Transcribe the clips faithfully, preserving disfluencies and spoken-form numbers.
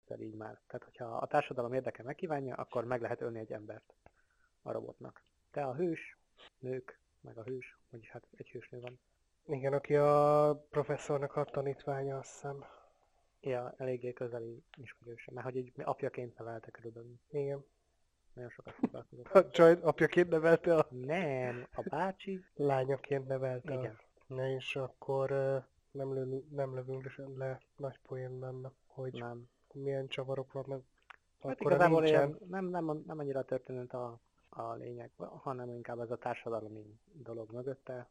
Tehát így már. Tehát, hogyha a társadalom érdeke megkívánja, akkor meg lehet ölni egy embert a robotnak. Te a hős, nők, meg a hős, vagyis hát egy hősnő van. Igen, aki a professzornak a tanítványa, azt hiszem. Ja, eléggé közeli ismerőse, mert hogy így apjaként nevelte körülbelül. Igen. Nagyon sokat foglalkozott. A csaj apjaként nevelte, a Nem, a bácsi, lányaként nevelte. igen. A... Na és akkor ö, nem, lő, nem lövünk le nagy poén benne, hogy Nem. milyen csavarok vannak. Hát Akkor igazából nincsen. ilyen, nem, nem, nem annyira a történet a, a lényeg, hanem inkább ez a társadalmi dolog mögötte,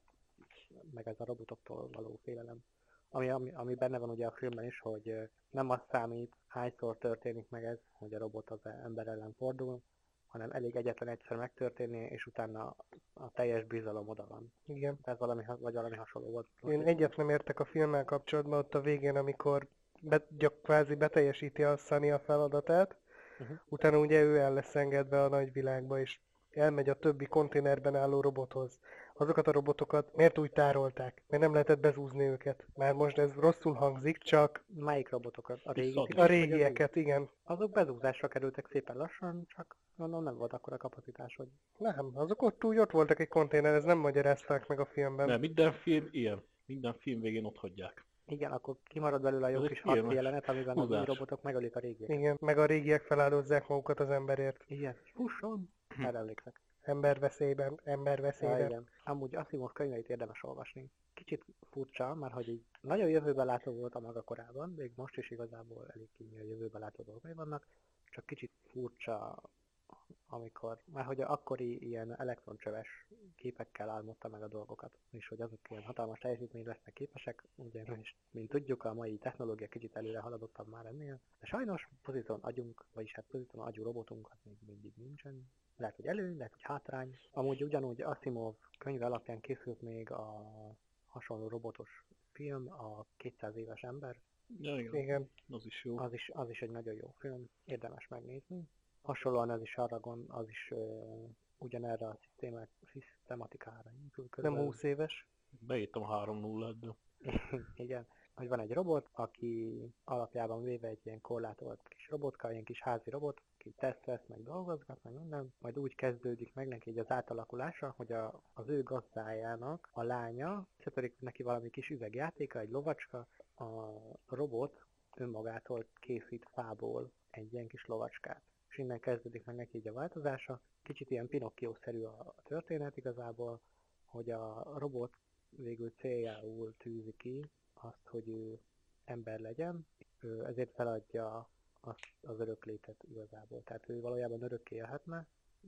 meg ez a robotoktól való félelem. Ami, ami, ami benne van ugye a filmben is, hogy ö, nem az számít, hányszor történik meg ez, hogy a robot az ember ellen fordul, hanem elég egyetlen egyszer megtörténni, és utána a teljes bizalom oda van. Igen. Tehát valami, ha- vagy valami hasonló volt. Én egyet nem értek a filmmel kapcsolatban, ott a végén, amikor be, gyak, kvázi beteljesíti a Sunny a feladatát, Uh-huh. utána ugye ő el lesz engedve a nagyvilágba, és elmegy a többi konténerben álló robothoz. Azokat a robotokat miért úgy tárolták? Miért nem lehetett bezúzni őket? Már most ez rosszul hangzik, csak Melyik robotokat? A régi? Visszadni. a régieket, igen. Azok bezúzásra kerültek szépen lassan, csak mondom nem volt akkora kapacitás, hogy... Nem, azok ott úgy ott voltak egy konténer, ez nem magyarázták meg a filmben. Nem, minden film ilyen. Minden film végén ott hagyják. Igen, akkor kimarad belőle a jó Ez egy kis harci filmes jelenet, amiben az új húzás. robotok megölik a régieket. Igen, meg a régiek feláldozzák magukat az emberért. Igen, fusson! Erre emlékszek. Emberveszélyben, Ja, emberveszélyben. igen. Amúgy Asimov könyveit érdemes olvasni. Kicsit furcsa, mert hogy így nagyon jövőben látó volt a maga korában, még most is igazából elég kínai a jövőben látó dolgai vannak, csak kicsit furcsa, amikor, már hogy akkori ilyen elektroncsöves képekkel álmodta meg a dolgokat, és hogy azok ilyen hatalmas teljesítmény lesznek képesek, ugye, és mint tudjuk, a mai technológia kicsit előre haladottabb már ennél, de sajnos poziton agyunk, vagyis hát poziton agyú robotunk az még mindig nincsen. Lehet, hogy előny, lehet, hogy hátrány. Amúgy ugyanúgy Asimov könyve alapján készült még a hasonló robotos film, a kétszáz éves ember. Ja, igen. Igen. Az is jó. Az is, az is egy nagyon jó film, érdemes megnézni. Hasonlóan ez is Aragon, az is uh, ugyanerre a szisztémák, szisztematikára épül Nem körülbelül. húsz éves. Beírtam három nullát, de... Igen, hogy van egy robot, aki alapjában véve egy ilyen korlátolt kis robotka, ilyen kis házi robot, aki teszt vesz, meg dolgozgat, meg minden, majd úgy kezdődik meg neki így az átalakulása, hogy a, az ő gazdájának a lánya, szöpörik neki valami kis üvegjátéka, egy lovacska, a robot önmagától készít fából egy ilyen kis lovacskát. És innen kezdődik meg neki így a változása. Kicsit ilyen Pinocchio-szerű a történet igazából, hogy a robot végül céljául tűzi ki azt, hogy ő ember legyen, ő ezért feladja azt az öröklétet igazából. Tehát ő valójában örökké élhetne,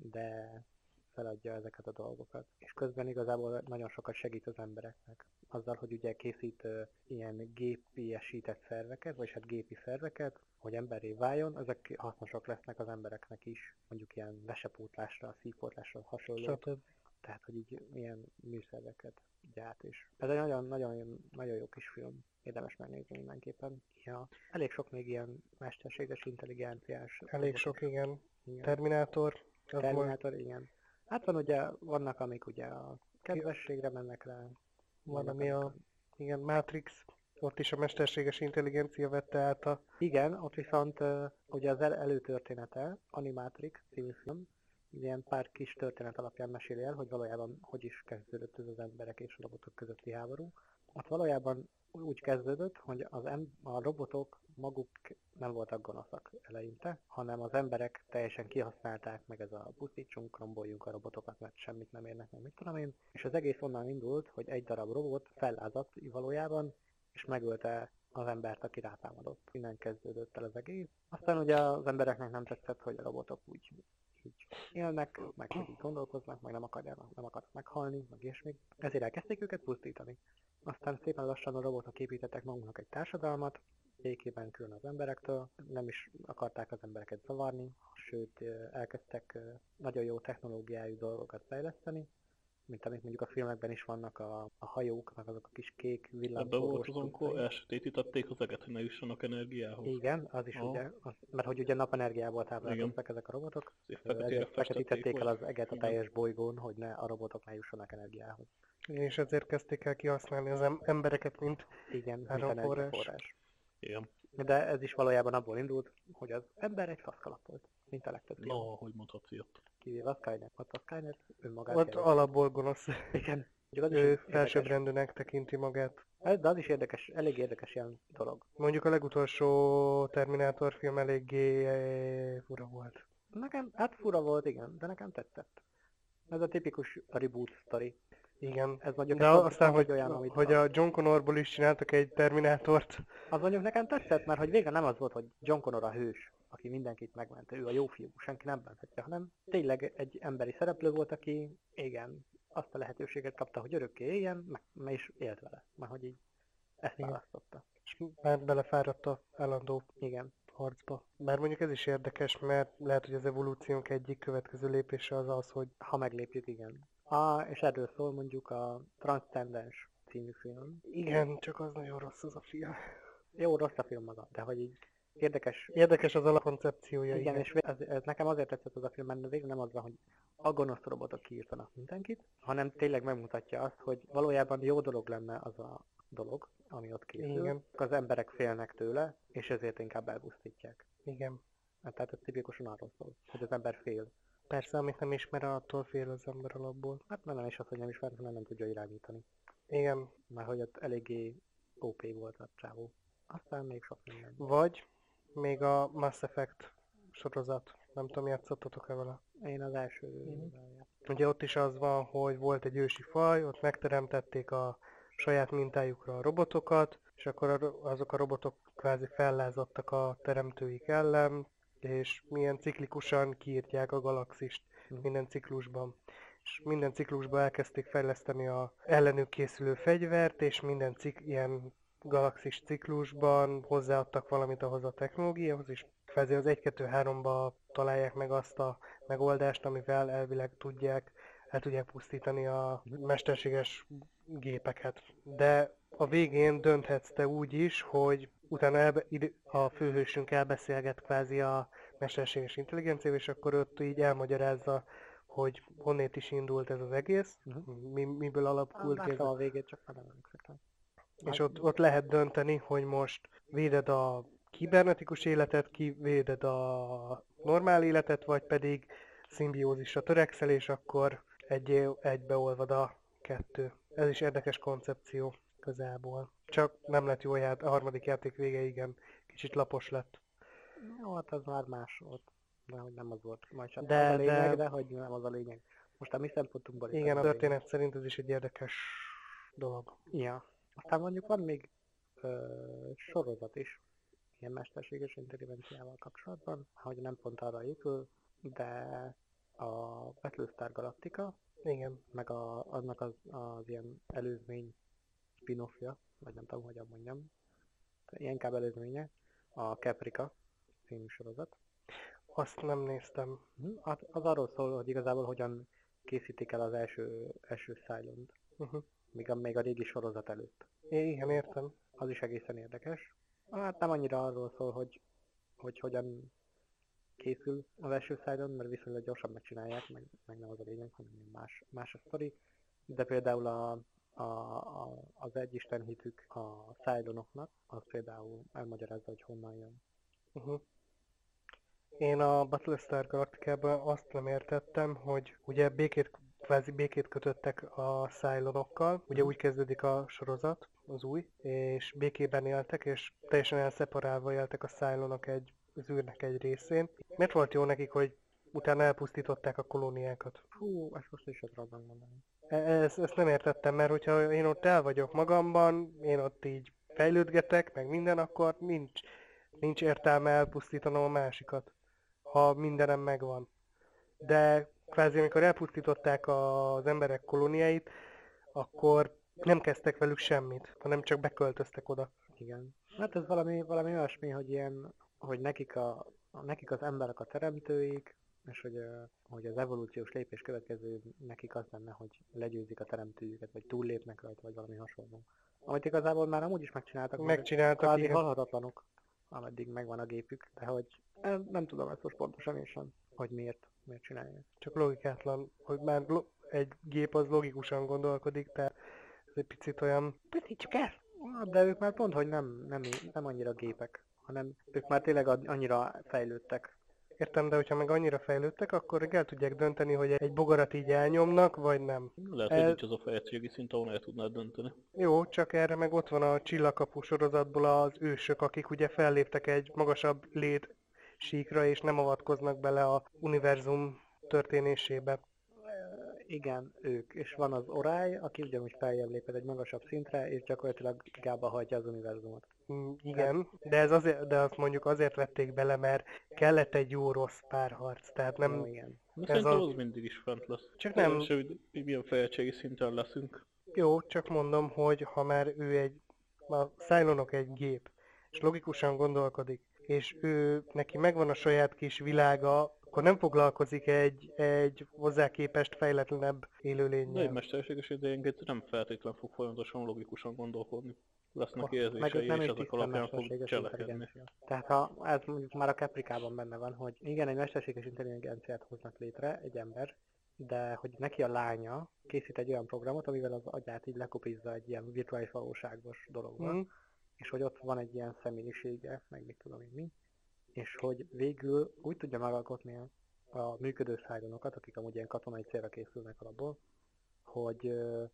de feladja ezeket a dolgokat. És közben igazából nagyon sokat segít az embereknek. Azzal, hogy ugye készít uh, ilyen gépiesített szerveket, vagy hát gépi szerveket, hogy emberré váljon, ezek hasznosak lesznek az embereknek is, mondjuk ilyen vesepótlásra, szívpótlásra hasonló. Stb. Tehát, hogy így ilyen műszerveket gyárt is. Ez egy nagyon, nagyon, nagyon jó kis film. Érdemes megnézni mindenképpen. Ja, elég sok még ilyen mesterséges intelligenciás. Elég sok, igen. Igen. Terminátor. Az volt. Terminátor, igen. Hát van ugye, vannak amik ugye a kedvességre mennek rá. Van, vannak, ami a, amik igen, Matrix, ott is a mesterséges intelligencia vette át a... Igen, ott viszont uh, ugye az el- előtörténete, Animatrix című film, ilyen pár kis történet alapján meséli el, hogy valójában hogy is kezdődött ez az emberek és a robotok közötti háború. Ott valójában úgy kezdődött, hogy az em- a robotok maguk nem voltak gonoszak eleinte, hanem az emberek teljesen kihasználták, meg ez a pusztítsunk, romboljunk a robotokat, mert semmit nem érnek, meg mit tudom én. És az egész onnan indult, hogy egy darab robot fellázadt valójában, és megölte az embert, aki rátámadott. Innen kezdődött el az egész. Aztán ugye az embereknek nem tetszett, hogy a robotok úgy így élnek, meg hogy így gondolkoznak, meg nem akarják, nem akarnak meghalni, meg ilyesmi. Ezért elkezdték őket pusztítani. Aztán szépen lassan a robotok építettek magunknak egy társadalmat, békében külön az emberektől, nem is akarták az embereket zavarni, sőt elkezdtek nagyon jó technológiájú dolgokat fejleszteni, mint amik mondjuk a filmekben is vannak a, a hajók, meg azok a kis kék Ebben villámforgós volt az, amikor cuccai. elsötétítették az eget, hogy ne jussanak energiához. Igen, az is Aha. ugye, az, mert hogy ugye napenergiából táplálkoztak ezek a robotok, Ezért ezért feketére feketítették el vagy- az eget a Igen. teljes bolygón, hogy ne a robotok ne jussanak energiához. És ezért kezdték el kihasználni az em- embereket, mint Igen, mint Áramforrás. energiaforrás. Igen. De ez is valójában abból indult, hogy az ember egy faszkalap volt, mint a legtöbb film. No, hogy mondhatsz ilyet. Kivéve a Skynet, ott a Skynet önmagát Ott jelenti. alapból gonosz. Igen. Ugye az is Ő érdekes. felsőbbrendűnek tekinti magát. De az is érdekes, elég érdekes ilyen dolog. Mondjuk a legutolsó Terminátor film eléggé eh, fura volt. Nekem, hát fura volt, igen, de nekem tetszett. Ez a tipikus reboot sztori. Igen. Ez mondjuk De egy pont- aztán, pont hogy, olyan, amit hogy a John Connorból is csináltak egy Terminátort. Az mondjuk nekem tetszett, mert hogy végre nem az volt, hogy John Connor a hős, aki mindenkit megment, ő a jó fiú, senki nem menthetje, hanem tényleg egy emberi szereplő volt, aki igen, azt a lehetőséget kapta, hogy örökké éljen, meg, meg is élt vele. Már hogy így ezt Igen. választotta. És már belefáradt a állandó Igen. harcba. Bár mondjuk ez is érdekes, mert lehet, hogy az evolúciónk egyik következő lépése az az, hogy Ha meglépjük, igen. Ah, és erről szól mondjuk a Transcendence című film. igen, csak az nagyon rossz az a film. Jó, rossz a film maga, de hogy így érdekes. Érdekes az alapkoncepciója, Igen, igen. és ez, ez nekem azért tetszett az a film, mert végül nem az van, hogy a gonosz robotok kiírtanak mindenkit, hanem tényleg megmutatja azt, hogy valójában jó dolog lenne az a dolog, ami ott készül. Igen. Az emberek félnek tőle, és ezért inkább elpusztítják. Igen. Hát, tehát ez tipikusan arról szól, hogy az ember fél. Persze, amit nem ismer, attól fél az ember alapból. Hát mert nem is az, hogy nem ismer, hanem nem tudja irányítani. Igen. Mert hogy ott eléggé ó pé volt a csávó. Aztán még sok minden. Vagy még a Mass Effect sorozat. Nem tudom, játszottatok-e vele? Én az első... Ugye ott is az van, hogy volt egy ősi faj, ott megteremtették a saját mintájukra a robotokat, és akkor a ro- azok a robotok kvázi fellázadtak a teremtőik ellen, és milyen ciklikusan kiírtják a galaxist Mhm. minden ciklusban. És minden ciklusban elkezdték fejleszteni a ellenük készülő fegyvert, és minden cik- ilyen galaxis ciklusban hozzáadtak valamit ahhoz a technológiához, és kvázi az egy kettő háromba találják meg azt a megoldást, amivel elvileg tudják, el tudják pusztítani a mesterséges gépeket. De a végén dönthetsz te úgy is, hogy utána elbe, ide, a főhősünk elbeszélget kvázi a mesterséges intelligenciával, és akkor ott így elmagyarázza, hogy honnét is indult ez az egész, Mhm. mi, miből alakult ki ez Láttam a a végét, csak már nem emlékszek rá. és ott, ott lehet dönteni, hogy most véded a kibernetikus életet, kivéded a normál életet, vagy pedig szimbiózisra törekszel, és akkor egy, egybeolvad a kettő. Ez is érdekes koncepció közelból. Csak nem lett jó ját, a harmadik játék vége igen, kicsit lapos lett. Jó, hát az már más volt. De hogy nem az volt. Majd csak De- az a lényeg, de- de... hogy nem az a lényeg. Most a mi szempontunkból is Igen, a az lényeg. történet szerint ez is egy érdekes dolog. Ja. Aztán mondjuk van még ö, sorozat is, ilyen mesterséges intelligenciával kapcsolatban, hogy nem pont arra épül, de a Battlestar Galactica, Igen. meg a, annak az, az ilyen előzmény spin-offja, vagy nem tudom, hogyan mondjam, ilyen inkább előzménye, a Caprica című sorozat. Azt nem néztem. Mhm. Az, az arról szól, hogy igazából hogyan készítik el az első, első Cylont, Uh-huh. még a, még a régi sorozat előtt. Igen, értem. Az is egészen érdekes. Hát nem annyira arról szól, hogy, hogy hogyan készül az első Cylon, mert viszonylag gyorsan megcsinálják, meg, meg nem az a lényeg, hanem más, más a sztori. De például a, a, a, az egyisten hitük a Cylonoknak, az például elmagyarázza, hogy honnan jön. Uh-huh. Én a Battlestar Galacticában azt nem értettem, hogy ugye békét, kvázi békét kötöttek a Cylonokkal, ugye Mhm. úgy kezdődik a sorozat, az új, és békében éltek, és teljesen elszeparálva éltek a Cylonok egy, az űrnek egy részén. Miért volt jó nekik, hogy utána elpusztították a kolóniákat? Hú, ezt most is tudom megmondani. E- Ezt, ezt nem értettem, mert hogyha én ott el vagyok magamban, én ott így fejlődgetek, meg minden, akkor nincs, nincs értelme elpusztítanom a másikat, ha mindenem megvan. De kvázi amikor elpusztították az emberek kolóniáit, akkor nem kezdtek velük semmit, hanem csak beköltöztek oda. Igen. Hát ez valami, valami olyasmi, hogy ilyen, hogy nekik, a, a, nekik az emberek a teremtőik, és hogy, ö, hogy az evolúciós lépés következő nekik az lenne, hogy legyőzik a teremtőjüket, vagy túllépnek rajta, vagy valami hasonló. Amit igazából már amúgy is megcsináltak, mert Megcsináltak, kvázi igen. halhatatlanok, ameddig megvan a gépük, de hogy eh, nem tudom ezt most pontosan én sem, hogy miért, miért csinálják. Csak logikátlan, hogy már lo- egy gép az logikusan gondolkodik, tehát ez egy picit olyan... Pusztítsuk el! Ah, de ők már pont, hogy nem, nem, nem annyira gépek, hanem ők már tényleg an- annyira fejlődtek. Értem, de hogyha meg annyira fejlődtek, akkor el tudják dönteni, hogy egy bogarat így elnyomnak, vagy nem. Lehet, Ez- hogy nincs az a fejlettségi szint, ahol el tudnád dönteni. Jó, csak erre meg ott van a Csillagkapu sorozatból az ősök, akik ugye felléptek egy magasabb létsíkra, és nem avatkoznak bele a univerzum történésébe. Igen, ők. És van az Orály, aki ugyanúgy feljebb lépett egy magasabb szintre, és gyakorlatilag gába hagyja az univerzumot. Mm, Igen, de ez azért, de azt mondjuk azért vették bele, mert kellett egy jó rossz párharc, tehát Nem, nem, no, igen. De Ez szerintem a- az mindig is fent lesz. Csak nem- Se, hogy milyen fejlettségi szinten leszünk. jó, csak mondom, hogy ha már ő egy, a Cylonok egy gép, és logikusan gondolkodik, és ő, neki megvan a saját kis világa, akkor nem foglalkozik egy, egy hozzá képest fejletlenebb De egy élőlénnyel. mesterséges idejénként nem feltétlen fog folyamatosan logikusan gondolkodni. Lesznek Meg érzései, ők nem és is ezek tiszta alapján fog mesterséges cselekedni. intelligencia. Tehát ha ez mondjuk már a Capricában benne van, hogy igen, egy mesterséges intelligenciát hoznak létre, egy ember, de hogy neki a lánya készít egy olyan programot, amivel az agyát így lekopizza egy ilyen virtuális valóságos dologba, Mm. és hogy ott van egy ilyen személyisége, meg mit tudom én mi, és hogy végül úgy tudja megalkotni a, a működő szájdonokat, akik amúgy ilyen katonai célra készülnek alapból, hogy ö,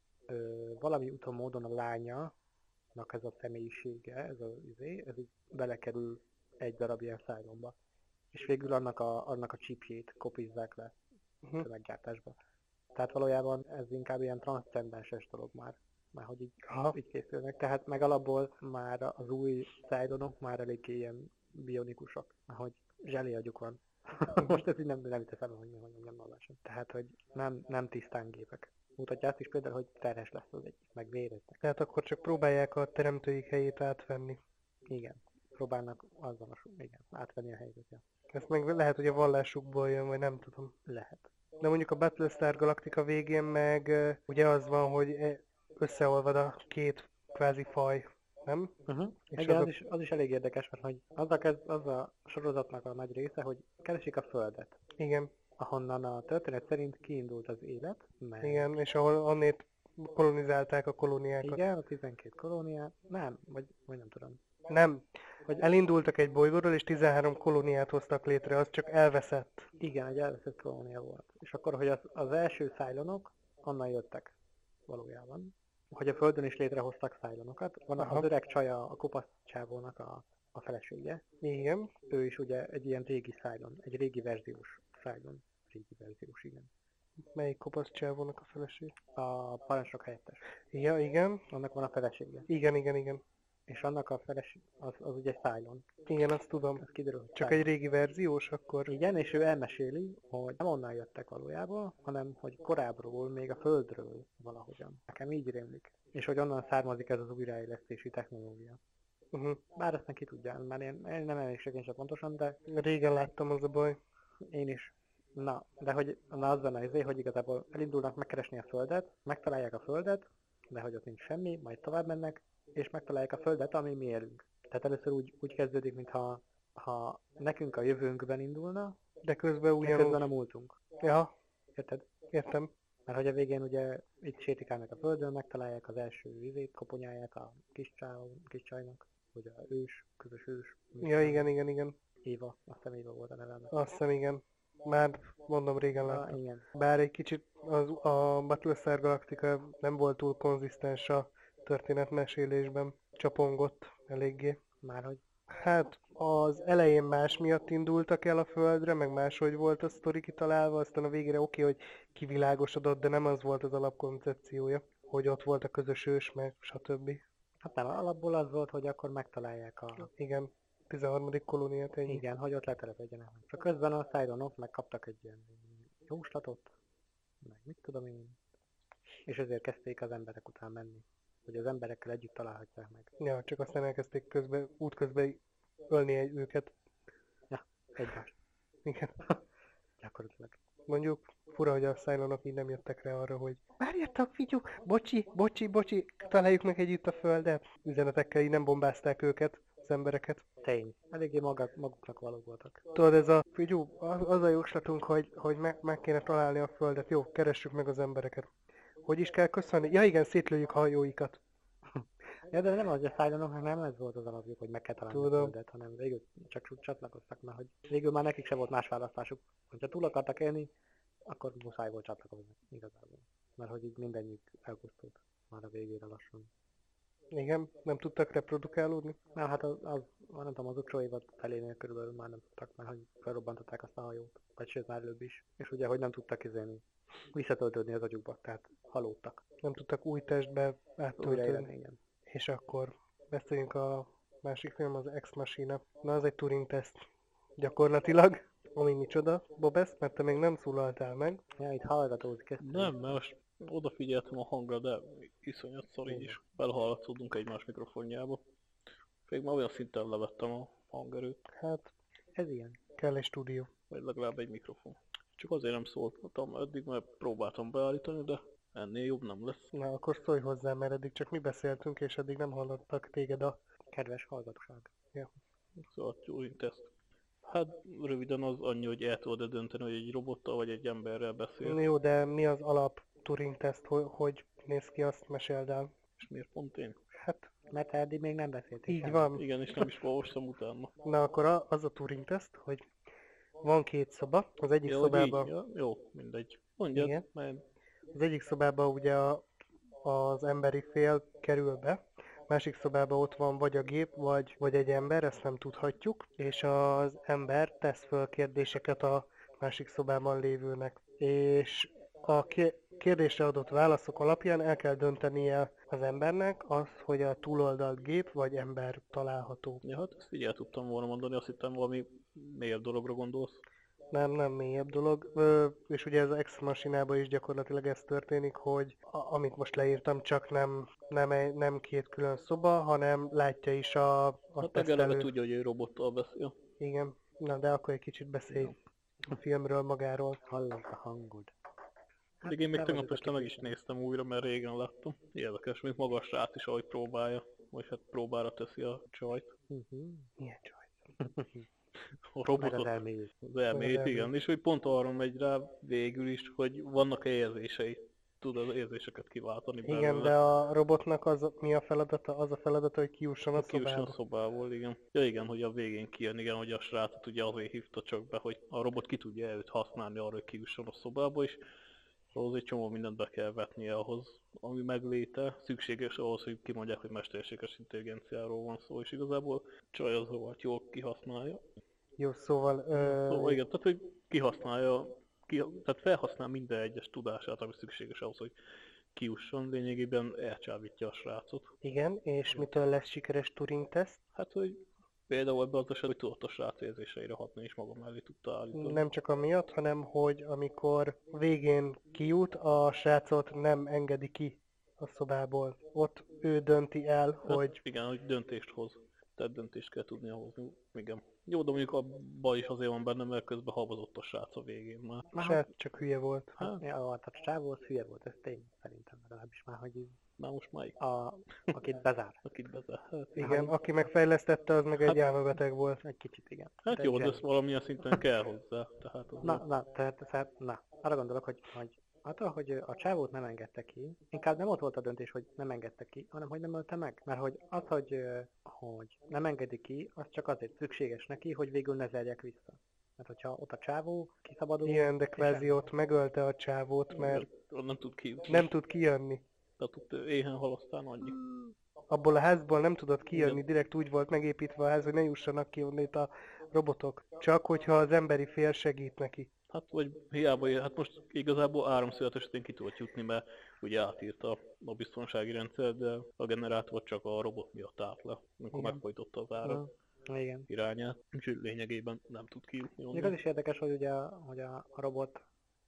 ö, valami úton módon a lánya ez a személyisége, ez az izé, ez így belekerül egy darab ilyen szájlomba. És végül annak a, annak a chipjét kopizzák le Mhm. tömeggyártásba. Tehát valójában ez inkább ilyen transzcendenses dolog már, már hogy így, Aha. így készülnek. Tehát meg alapból már az új szájdonok már eléggé ilyen bionikusok, ahogy zseliagyuk van. Most ez így nem, nem jut eszembe, hogy mi hogy mondjam normálisan. Tehát, hogy nem, nem tisztán gépek. Mutatja azt is például, hogy terhes lesz az egy, meg véreznek. Tehát akkor csak próbálják a teremtőik helyét átvenni. Igen. Próbálnak azonosul, igen, átvenni a helyzetet. Ezt meg lehet, hogy a vallásukból jön, vagy nem tudom. Lehet. De mondjuk a Battlestar Galactica végén meg ö, ugye az van, hogy e- összeolvad a két kvázi faj, nem? Uh-huh. És Igen, azok- az is, az is elég érdekes, mert hogy az a, kez, az a sorozatnak a nagy része, hogy keresik a Földet, Igen, ahonnan a történet szerint kiindult az élet, mert igen, és ahol annét kolonizálták a kolóniákat. igen, a tizenkét kolóniát, nem, vagy, vagy nem tudom. Nem, Vagy elindultak egy bolygóról, és tizenhárom kolóniát hoztak létre, az csak elveszett. igen, egy elveszett kolónia volt. És akkor, hogy az, az első szájlonok onnan jöttek valójában. Hogy a Földön is létrehoztak szájlonokat. Van Aha. az öreg csaja, a kopasz csávónak a, a felesége. Igen, Ő is ugye egy ilyen régi szájlon, egy régi verziós szájlon. Régi verziós, igen. melyik kopasz csávónak a feleség? A parancsnok helyettes. Ja, igen, Annak van a felesége. igen, igen, igen. És annak a feleség, az, az ugye szájlon. Igen, azt tudom. Ez kiderül, hogy Csak szájlon. egy régi verziós, akkor... Igen, és ő elmeséli, hogy nem onnan jöttek valójában, hanem hogy korábbról, még a Földről valahogyan. Nekem így rémlik. És hogy onnan származik ez az újraélesztési technológia. Uh-huh. Bár ezt neki tudja, mert én, én nem emlékszem én sem pontosan, de Régen láttam, az a baj. én is. Na, de hogy na az benne izé, hogy igazából elindulnak megkeresni a Földet, megtalálják a Földet, de hogy ott nincs semmi, majd tovább mennek, és megtalálják a Földet, ami mi élünk. Tehát először úgy, úgy kezdődik, mintha ha nekünk a jövőnkben indulna, De közben de ugyanúgy... közben a múltunk. Ja, Érted? értem. Mert hogy a végén ugye itt sétikálnak a Földön, megtalálják az első vizét, koponyáját a kis, csáv, kis csajnak, hogy a ős, közös ős. Ja, igen, igen, igen. Éva, azt hiszem Éva volt a neve. Azt hiszem, igen. Már mondom, régen Ah, láttam. igen. Bár egy kicsit az, a Battlestar Galactica nem volt túl konzisztens a történetmesélésben. Csapongott eléggé. Már hogy Hát az elején más miatt indultak el a Földre, meg máshogy volt a sztori kitalálva, aztán a végére oké, hogy kivilágosodott, de nem az volt az alapkoncepciója, hogy ott volt a közös ős, meg stb. hát nem, alapból az volt, hogy akkor megtalálják a... Igen, tizenharmadik kolóniát ennyi. Igen, hogy ott letelepedjenek. Csak közben a Cylonok megkaptak egy ilyen jóslatot, meg mit tudom én, és ezért kezdték az emberek után menni. Hogy az emberekkel együtt találhatják meg. Ja, csak aztán elkezdték közben, útközben ölni egy őket. Egymást. Igen. Gyakorlatilag. Mondjuk fura, hogy a Cylonok így nem jöttek rá arra, hogy várjatok, figyuk, bocsi, bocsi, bocsi, találjuk meg együtt a Földet. Üzenetekkel így nem bombázták őket, az embereket. Tény. Eléggé maga, maguknak való voltak. Tudod, ez a figyú, az az a jóslatunk, hogy, hogy meg, meg kéne találni a Földet. Jó, keressük meg az embereket. Hogy is kell köszönni? Ja igen, szétlőjük hajóikat. Ja, de nem az, hogy a Cylonoknak nem ez volt az alapjuk, hogy meg kell találni a Tudom. földet, hanem végül csak csut- csatlakoztak, mert hogy végül már nekik se volt más választásuk. Hogyha túl akartak élni, akkor muszáj volt csatlakozni igazából. Mert hogy így mindennyik elpusztult már a végére lassan. Igen, nem tudtak reprodukálódni? Na hát az, az nem tudom, az utolsó évad felénél körülbelül már nem tudtak, mert hogy felrobbantották azt a hajót. Vagy sőt, már előbb is. És ugye, hogy nem tudtak izélni, visszatöltődni az agyukba, tehát halódtak. Nem tudtak új testbe áttöltődni. Újraélni, igen. És akkor beszéljünk a másik film, az Ex Machina. Na, az egy Turing teszt. Gyakorlatilag. Ami micsoda, Bobesz, mert te még nem szólaltál meg. Ja, itt hallgatózik ezt. Nem, mert most odafigyeltem a hangra, de iszonyat szar így is. Belhallatszódunk egymás mikrofonjába. Még már olyan szinten levettem a hangerőt, Hát, Ez ilyen. kell egy stúdió. vagy legalább egy mikrofon. Csak azért nem szóltam eddig, mert próbáltam beállítani, de ennél jobb nem lesz. Na, akkor szólj hozzá, mert eddig csak mi beszéltünk, és eddig nem hallottak téged a... Kedves hallgatóság. Szóval a Turing teszt. Hát röviden az annyi, hogy el tudod dönteni, hogy egy robottal vagy egy emberrel beszél. Jó, de mi az alap Turing teszt, hogy, hogy néz ki, azt meséld el. És miért pont én? Hát, Mert eddig még nem beszéltél így semmit. van. Igen, és nem is olvastam utána. Na, akkor a, az a Turing teszt, hogy van két szoba, az egyik Ja, hogy így, szobában... ja, jó, mindegy. Mondjad, Igen. mert Az egyik szobában ugye a, az emberi fél kerül be, másik szobában ott van vagy a gép, vagy, vagy egy ember, ezt nem tudhatjuk, és az ember tesz föl kérdéseket a másik szobában lévőnek. És a ké- kérdésre adott válaszok alapján el kell döntenie az embernek az, hogy a túloldalt gép vagy ember található. ja, hát ezt így el tudtam volna mondani, azt hittem valami mélyebb dologra gondolsz. Nem, nem mélyebb dolog. Ö, és ugye ez az Ex Machinában is gyakorlatilag ez történik, hogy a, amit most leírtam, csak nem, nem, egy, nem két külön szoba, hanem látja is a, a Hát meg eleve tesztelő. tudja, hogy ő robottal beszél. Igen. Na, de akkor egy kicsit beszélj a filmről magáról. Hallom a hangod. Pedig én még te tegnap vagy az, este aki meg is néztem újra, mert régen láttam. Érdekes, mint maga a srác is, ahogy próbálja. Vagy hát próbára teszi a csajt. Uh-huh. Milyen csaj? A Meg az robotot, elmélyét. az elmét, elmét. igen. És hogy pont arra megy rá végül is, hogy vannak-e érzései. Tud az érzéseket kiváltani Igen, belőle. de a robotnak az mi a feladata? Az a feladata, hogy kijusson a Kiusson a szobába. szobából, igen. Ja igen, hogy a végén kijön, igen, hogy a srácot ugye azért hívta csak be, hogy a robot ki tudja őt használni arra, hogy kijusson a szobába, és ahhoz egy csomó mindent be kell vetnie ahhoz, ami megléte szükséges ahhoz, hogy kimondják, hogy mesterséges intelligenciáról van szó, és igazából csaj az volt jól kihasználja. Jó, szóval... Ö... Szóval igen, tehát hogy kihasználja, ki, tehát felhasznál minden egyes tudását, ami szükséges ahhoz, hogy kijusson, lényegében elcsábítja a srácot. Igen, és mitől lesz sikeres Turing teszt? Hát, hogy például ebben az esetben, hogy tudott a srác érzéseire hatni, és maga mellé tudta állítani. Nem csak amiatt, hanem hogy amikor végén kijut, a srácot nem engedi ki a szobából. Ott ő dönti el, Hát, hogy igen, hogy döntést hoz. Tehát döntést kell tudnia hozni. Igen. Jó, de mondjuk abban is azért van benne, mert közben habozott a srác a végén már. a srác csak hülye volt. Hát, Ja, a csávó az hülye volt, ez tény, szerintem legalábbis már, hogy így már most melyik? a, akit bezár. Akit bezár. Hát, Igen, aki megfejlesztette, az meg egy Hát- elmebeteg volt. Egy kicsit, igen. hát De jó, egy de ezt valamilyen szinten kell hozzá. Tehát az Na, na, tehát, tehát, na, arra gondolok, hogy, hogy attól, hogy a csávót nem engedte ki, inkább nem ott volt a döntés, hogy nem engedte ki, hanem hogy nem ölte meg. Mert hogy az, hogy, ö, hogy nem engedi ki, az csak azért szükséges neki, hogy végül ne zerjek vissza. Mert hogyha ott a csávó kiszabadul, Igen, de kvázi ott megölte a csávót, mert nem tud kijutni. nem tud kijönni. Tehát ott éhen hal, aztán annyi. Abból a házból nem tudott kijönni, Igen. direkt úgy volt megépítve a ház, hogy ne jussanak ki onnét a robotok. Csak hogyha az emberi fél segít neki. Hát vagy hiába, ér- hát most igazából áramszület esetén ki tudott jutni, mert ugye átírta a biztonsági rendszer, de a generátor csak a robot miatt állt le, amikor Igen. megfojtotta az áram igen. irányát, úgyhogy lényegében nem tud kijutni Még az onnan. is érdekes, hogy ugye hogy a, a robot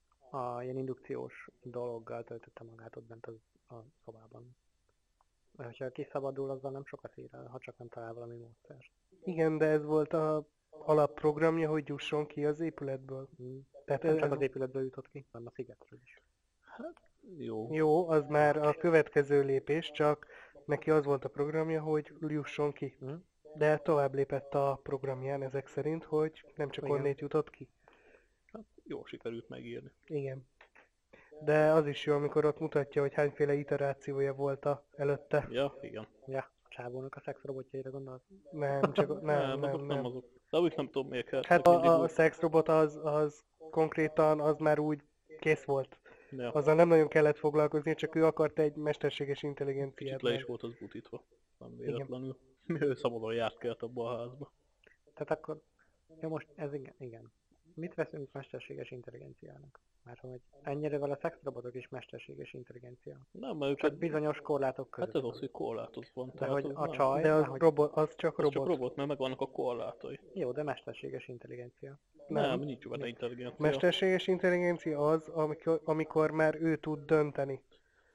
a ilyen indukciós dologgal töltötte magát ott bent az, a szobában. Mert hogyha kiszabadul, azzal nem sokat ér el, ha csak nem talál valami módszer. Igen, de ez volt a alapprogramja, hogy jusson ki az épületből. Hmm. Tehát Nem ez, csak az épületből jutott ki, hanem a szigetről is. Jó. jó, az már a következő lépés, csak neki az volt a programja, hogy jusson ki. Hm? De tovább lépett a programján ezek szerint, hogy nem csak Igen. onnét jutott ki. Hát jó sikerült megírni. Igen. de az is jó, amikor ott mutatja, hogy hányféle iterációja volt a előtte. Ja, igen. Ja, a csávónak a szexrobotjaira gondolsz? Nem, csak nem, nem, nem, azok nem, nem. azok. De úgy nem tudom miért kell. Hát a, a szexrobot az, az konkrétan, az már úgy kész volt. Ja. Azzal nem nagyon kellett foglalkozni, csak ő akart egy mesterséges intelligenciát. Kicsit le is meg. volt az butítva. Nem véletlenül. Ő szabadon járt kellett abba a házba. Tehát akkor, jó most ez igen, igen. Mit veszünk mesterséges intelligenciának? Mert hogy ennyire vele szexrobotok is mesterséges intelligencia. Nem, mert Csak őket... bizonyos korlátok között. Hát ez az, hogy korlátozva van. De Tehát hogy az a nem- csaj, De az, hogy... robot, az csak Az robot. csak robot, mert megvannak a korlátai. Jó, de mesterséges intelligencia. Nem, Nem. nincs benne intelligencia. Mesterséges intelligencia az, amikor, amikor már ő tud dönteni.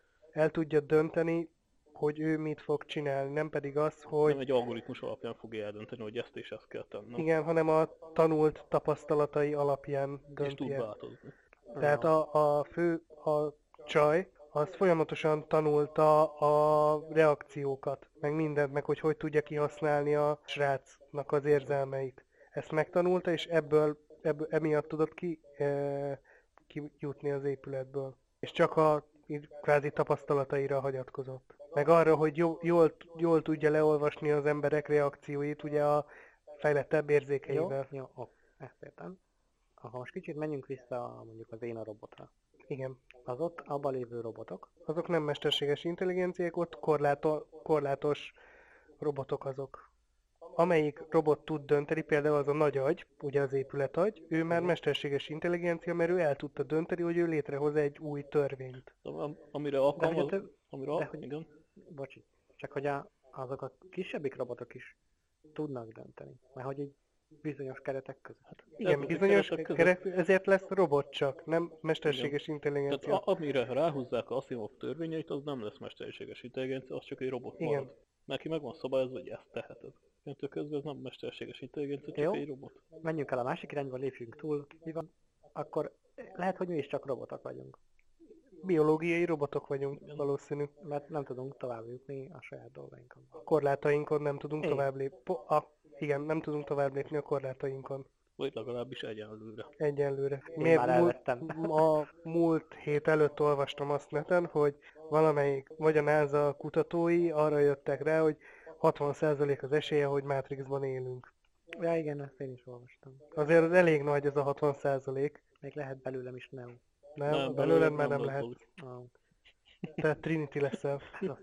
El tudja dönteni, hogy ő mit fog csinálni, nem pedig az, hogy Nem egy algoritmus alapján fogja eldönteni, hogy ezt és ezt kell tennem. igen, hanem a tanult tapasztalatai alapján És dönti tud el. változni. Tehát a, a fő, a csaj, az folyamatosan tanulta a reakciókat, meg mindent, meg hogy hogy tudja kihasználni a srácnak az érzelmeit. Ezt megtanulta, és ebből, ebből emiatt tudott ki, e, kijutni az épületből. És csak a így kvázi tapasztalataira hagyatkozott. Meg arra, hogy jó, jól, jól tudja leolvasni az emberek reakcióit, ugye a fejlettebb Jó, érzékeivel. jó, ó, ezt értem. Ha most kicsit menjünk vissza mondjuk az én a robotra. Igen. Az ott abban lévő robotok, Azok nem mesterséges intelligenciák, ott korláto, korlátos robotok azok. Amelyik robot tud dönteni, például az a nagy agy, ugye az épületagy, ő már mesterséges intelligencia, mert ő el tudta dönteni, hogy ő létrehoz egy új törvényt. De am- amire de hogy a alkalmaz... több, Amire de al- hogy- igen. bocsi, csak hogy a, azok a kisebbik robotok is tudnak dönteni. Mert hogy egy bizonyos keretek között. Igen, Ez- bizonyos keretek között. kerek, ezért lesz robot csak, nem mesterséges Tehát intelligencia. a, amire ráhúzzák a Asimov törvényeit, az nem lesz mesterséges intelligencia, az csak egy robot Igen. marad. Neki meg van szabályozva, hogy ezt teheted. Öntől közben ez nem mesterséges intelligencia, csak Jó. egy robot. Menjünk el a másik irányba, lépjünk túl. Mi van? Akkor lehet, hogy mi is csak robotok vagyunk. Biológiai robotok vagyunk, Igen. valószínű. Mert nem tudunk tovább jutni a saját dolgainkon. Korlátainkon nem tudunk Igen. tovább lépni. Po- a, igen, nem tudunk tovább lépni a korlátainkon. Vagy legalábbis egyenlőre. Egyenlőre. Én már elvettem. A múlt hét előtt olvastam azt neten, hogy valamelyik, vagy a NASA kutatói arra jöttek rá, hogy hatvan százalék az esélye, hogy Matrixban élünk. Ja igen, ezt én is olvastam. Azért az elég nagy ez a hatvan százalék. Még lehet belőlem is Neo. Nem, Nem, belőled már nem lesz lehet. dolog. Ah, Tehát Trinity leszel.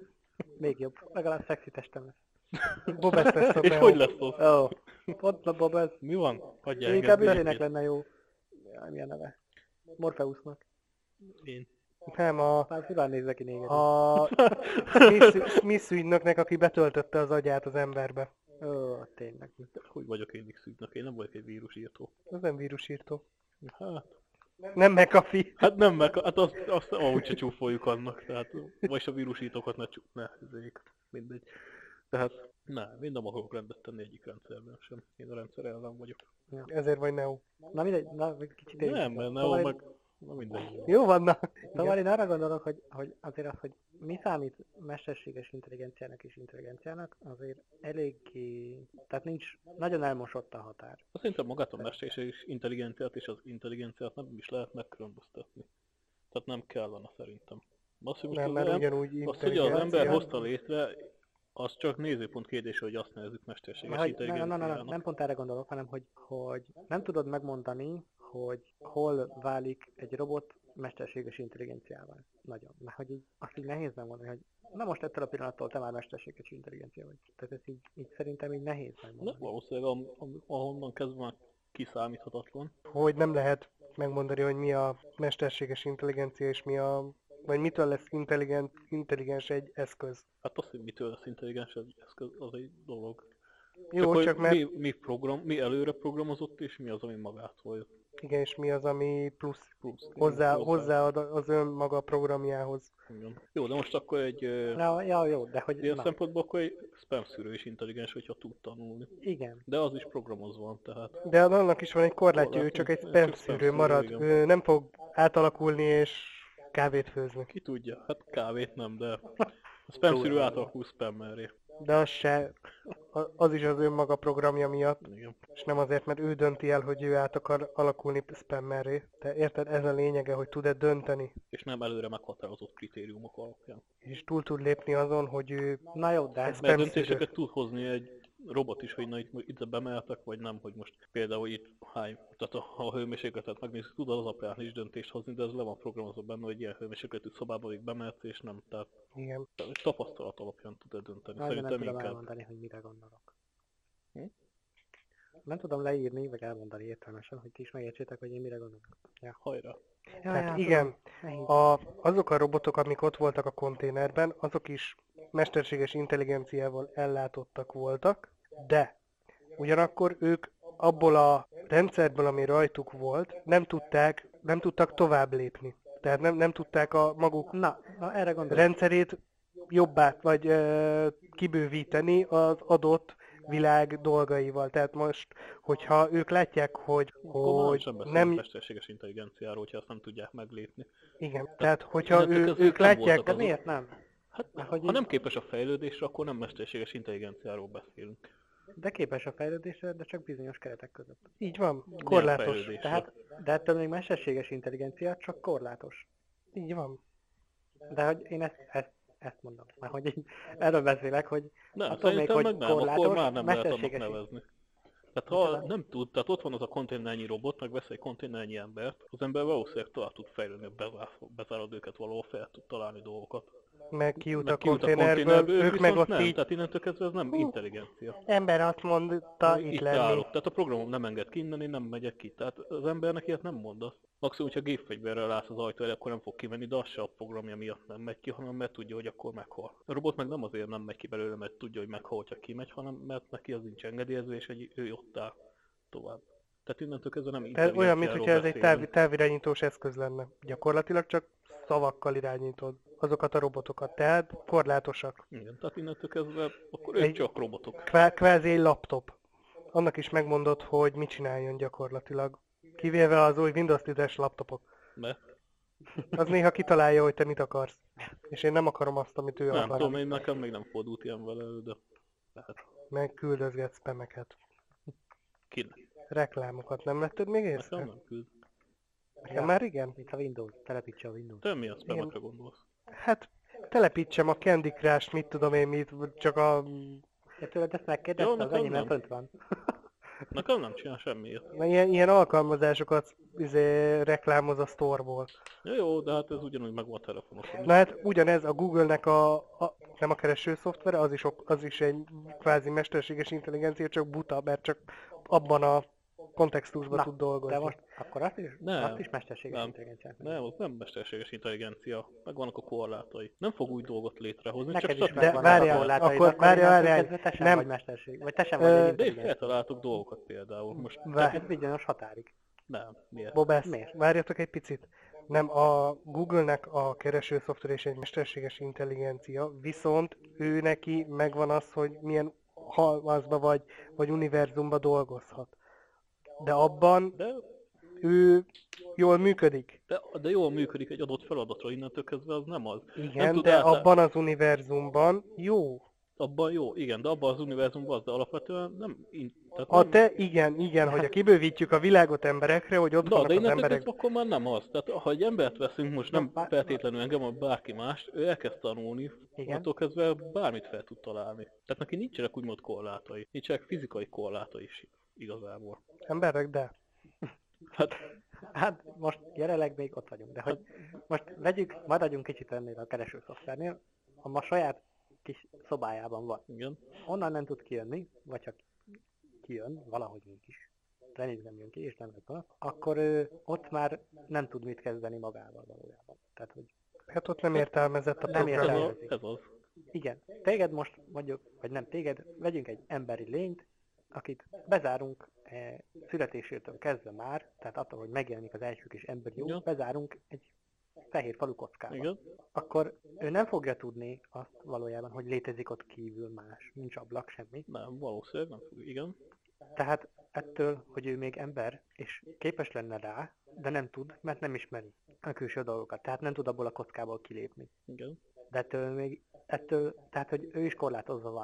még jobb. Legalább szexi testem lesz. Bob ezt lesz a És Neo. hogy lesz az? Ó, oh, pont a Bob ez. Mi van? Hagyja Inkább engem Üzének békén. lenne jó. Jaj, mi a neve? Morpheusnak. Én. Nem, a, Már furán nézze ki néget. a Smith, Smith ügynöknek, aki betöltötte az agyát az emberbe. Ó, tényleg. Hogy vagyok én X-ügynök? Én nem vagyok egy vírusírtó. Az nem vírusírtó. Hát, Nem McAfee. hát nem meg, hát azt, azt amúgy se csúfoljuk annak, tehát most a vírusítókat ne csúf, ne, ezék, mindegy. Tehát, nem, én nem akarok rendet tenni egyik rendszerben sem. Én a rendszer ellen vagyok. Ezért vagy Neo. Na mindegy, na kicsit érjük. Nem, mert Szóval Neo én- meg, na mindegy. Jó van, na. Szóval én arra gondolok, hogy, hogy azért az, hogy mi számít mesterséges intelligenciának és intelligenciának, azért eléggé, tehát nincs, nagyon elmosott a határ. Azt szerintem magát a mesterséges intelligenciát és az intelligenciát nem is lehet megkülönböztetni. Tehát nem kellene szerintem. Azt, hogy most Nem, az mert em- ugyanúgy azt, hogy az ember intelligencia. hozta létre, az csak nézőpont kérdése, hogy azt nevezzük mesterséges Hogy, na, na, na, na, intelligenciának. nem pont erre gondolok, hanem hogy, hogy nem tudod megmondani, hogy hol válik egy robot mesterséges intelligenciával. Nagyon. Mert hogy így, azt így nehéz megmondani, hogy na most ettől a pillanattól te már mesterséges intelligencia vagy. Tehát ez így, így szerintem így nehéz Ne, megmondani. valószínűleg am, am, ahonnan kezdve már kiszámíthatatlan. Hogy nem lehet megmondani, hogy mi a mesterséges intelligencia és mi a... Vagy mitől lesz intelligent, intelligens egy eszköz. Hát az, hogy mitől lesz intelligens az eszköz, az egy dolog. Jó, hogy csak mert mi, mi, program, mi előre programozott, és mi az, ami magától jött. igen, és mi az, ami plusz Plusz. hozzá, Igen, hozzáad az önmaga programjához. Igen. Jó, de most akkor egy ö, Ja, ja, jó, de hogy ilyen na, szempontból akkor egy spam szűrő is intelligens, hogyha tud tanulni. igen. De az is programozva van, tehát. De annak is van egy korlátja, ő Korlát, csak egy csak spam spam szűrő marad. szűrő, Ő nem fog átalakulni és kávét főzni. Ki tudja? Hát kávét nem, de a spam szűrő átalakul spammerré. de az se, a- az is az önmaga programja miatt, Igen. és nem azért, mert ő dönti el, hogy ő át akar alakulni spammerré. Te érted, ez a lényege, hogy tud-e dönteni, És nem előre meghatározott kritériumok alapján. és túl tud lépni azon, hogy ő Na jó, de Ez Mert spam döntéseket szűrő. tud hozni egy robot is, hogy na itt, itt bemeltek, vagy nem, hogy most például itt hány, tehát a, a hőmérsékletet megnézzük, tud az alapján is döntést hozni, de ez le van programozva benne, hogy ilyen hőmérsékletű szobában még bemehetsz, és nem, tehát Igen. tapasztalat alapján tud-e dönteni. nagyon nem Szerintem tudom inkább. elmondani, hogy mire gondolok. Hm? Nem tudom leírni, vagy elmondani értelmesen, hogy ti is megértsétek, hogy én mire gondolok. Ja. Hajrá. Tehát igen, Nehéz. a, azok a robotok, amik ott voltak a konténerben, azok is mesterséges intelligenciával ellátottak voltak, de ugyanakkor ők abból a rendszerből, ami rajtuk volt, nem tudták, nem tudtak tovább lépni. Tehát nem, nem tudták a maguk Na, na erre gondolok. rendszerét jobbá, vagy ö, kibővíteni az adott világ dolgaival. Tehát most, hogyha ők látják, hogy, Akkor már hogy is nem beszélünk nem, mesterséges intelligenciáról, hogyha ezt nem tudják meglépni. igen, tehát hogyha Innentől ő, kezdve ők nem látják, voltak De azok. miért nem? Hát, Mert hogy ha így- nem képes a fejlődésre, akkor nem mesterséges intelligenciáról beszélünk. De képes a fejlődésre, de csak bizonyos keretek között. így van, Milyen korlátos. fejlődésre? Tehát, de ettől még mesterséges intelligencia csak korlátos. Így van. De hogy én ezt, ezt, ezt mondom. Mert hogy így erről beszélek, hogy Nem, attól még, szerintem hogy meg nem, akkor korlátos, már nem lehet annak mesterséges- nevezni. Tehát ha Micsoda? nem tud, tehát ott van az a konténernyi robot, meg vesz egy konténernyi embert, az ember valószínűleg tovább tud fejlődni, bezár- bezárod őket valahol, fel tud találni dolgokat. Meg kijut a Meg kijut konténerből, ők meg viszont ott nem, így, tehát innentől kezdve ez nem intelligencia. ember azt mondta Itt itt lenni. állok, tehát a programom nem enged ki innen, én nem megyek ki. Tehát az embernek ilyet nem mondasz. Maximum, hogyha gépfegyverrel látsz az ajtó elé, akkor nem fog kimenni, de az se a programja miatt nem megy ki, hanem mert tudja, hogy akkor meghal. A robot meg nem azért nem megy ki belőle, mert tudja, hogy meghal, hogyha kimegy, hanem mert neki az nincs engedélyezve, és egy, ő ott áll tovább. Tehát innentől kezdve nem Tehát olyan, mint hogyha ez egy táv, beszélünk. távirányítós eszköz lenne. Gyakorlatilag csak szavakkal irányítod azokat a robotokat, tehát korlátosak. Igen, tehát innentől kezdve akkor ők Egy- csak robotok. Kvá, kvázi egy laptop. Annak is megmondod, hogy mit csináljon gyakorlatilag. Kivéve az új Windows tízes laptopok. Mert Az néha kitalálja, hogy te mit akarsz. És én nem akarom azt, amit ő nem akar. tudom, én nekem még nem fordult ilyen vele, de lehet. Meg küldözget spameket. Kinek? Reklámokat nem letted még Nekem észre? nem küld. Nekem már igen. Mint a Windows, telepítse a Windows. Te milyen spamekre gondolsz? Hát telepítsem a Candy Crush, mit tudom én mit, csak a... Ja, tőled ezt Jó, megkérdezte, az nekem enyémben nem. fönt van. Nekem nem csinál semmiért. Na, ilyen, ilyen alkalmazásokat izé, reklámoz a store-ból. Ja, jó, de hát ez ugyanúgy megvan a telefonoson. Na hát ugyanez a Google-nek a, a nem a kereső szoftvere, az is, ok- az is egy kvázi mesterséges intelligencia, csak buta, mert csak abban a kontextusban Na, tud dolgozni. De most akkor azt is, Nem, azt is mesterséges nem. intelligenciát. Nem, az nem mesterséges intelligencia. Megvannak a korlátai. Nem fog új dolgot létrehozni, Neked csak is statisztikát megvan De a várjál, korlátaid, akkor várjál, innentől várjál, kezdve te sem nem. vagy mesterség, vagy te sem vagy Ö, egy De én intelligencia. feltaláltok dolgokat például. Most Vár, Ez bizonyos határig. nem, miért? Bobesz, Miért? várjatok egy picit. Nem, a Google-nek a kereső szoftver és egy mesterséges intelligencia, viszont ő neki megvan az, hogy milyen halmazba vagy, vagy univerzumba dolgozhat. De abban De, ő jól működik. de, de jól működik egy adott feladatra, innentől kezdve az nem az. Igen, tud de átáll- abban az univerzumban jó. Abban jó, igen, de abban az univerzumban az, de alapvetően nem... In, tehát A nem te, igen, igen, hogyha kibővítjük a világot emberekre, hogy ott Na, vannak de az innentől emberek. kezdve akkor már nem az. Tehát ha egy embert veszünk, most nem bár- feltétlenül engem, hanem bárki mást, ő elkezd tanulni, Igen. attól kezdve bármit fel tud találni. Tehát neki nincsenek úgymond korlátai, nincsenek fizikai korlátai is igazából. Emberek, de. Hát, Hát most jelenleg még ott vagyunk, de hogy most vegyük, maradjunk kicsit ennél a kereső szoftvernél, a ma saját kis szobájában van. igen. Onnan nem tud kijönni, vagy ha kijön, valahogy mégis, reméljük nem jön ki, és nem lesz van, akkor ő, ott már nem tud mit kezdeni magával valójában. Tehát, hogy Hát ott nem értelmezett a Nem Ez, program. a, értelmezi. ez az. igen, téged most mondjuk, vagy nem téged, vegyünk egy emberi lényt, akit bezárunk eh, születésétől kezdve már, tehát attól, hogy megjelenik az első kis embrió, Igen. bezárunk egy fehér falu kockába. Igen. Akkor ő nem fogja tudni azt valójában, hogy létezik ott kívül más, nincs ablak, semmi. Nem, valószínűleg nem fog. Igen. Tehát ettől, hogy ő még ember, és képes lenne rá, de nem tud, mert nem ismeri a külső dolgokat. Tehát nem tud abból a kockából kilépni. Igen. De ettől még, ettől, tehát hogy ő is korlátozva van.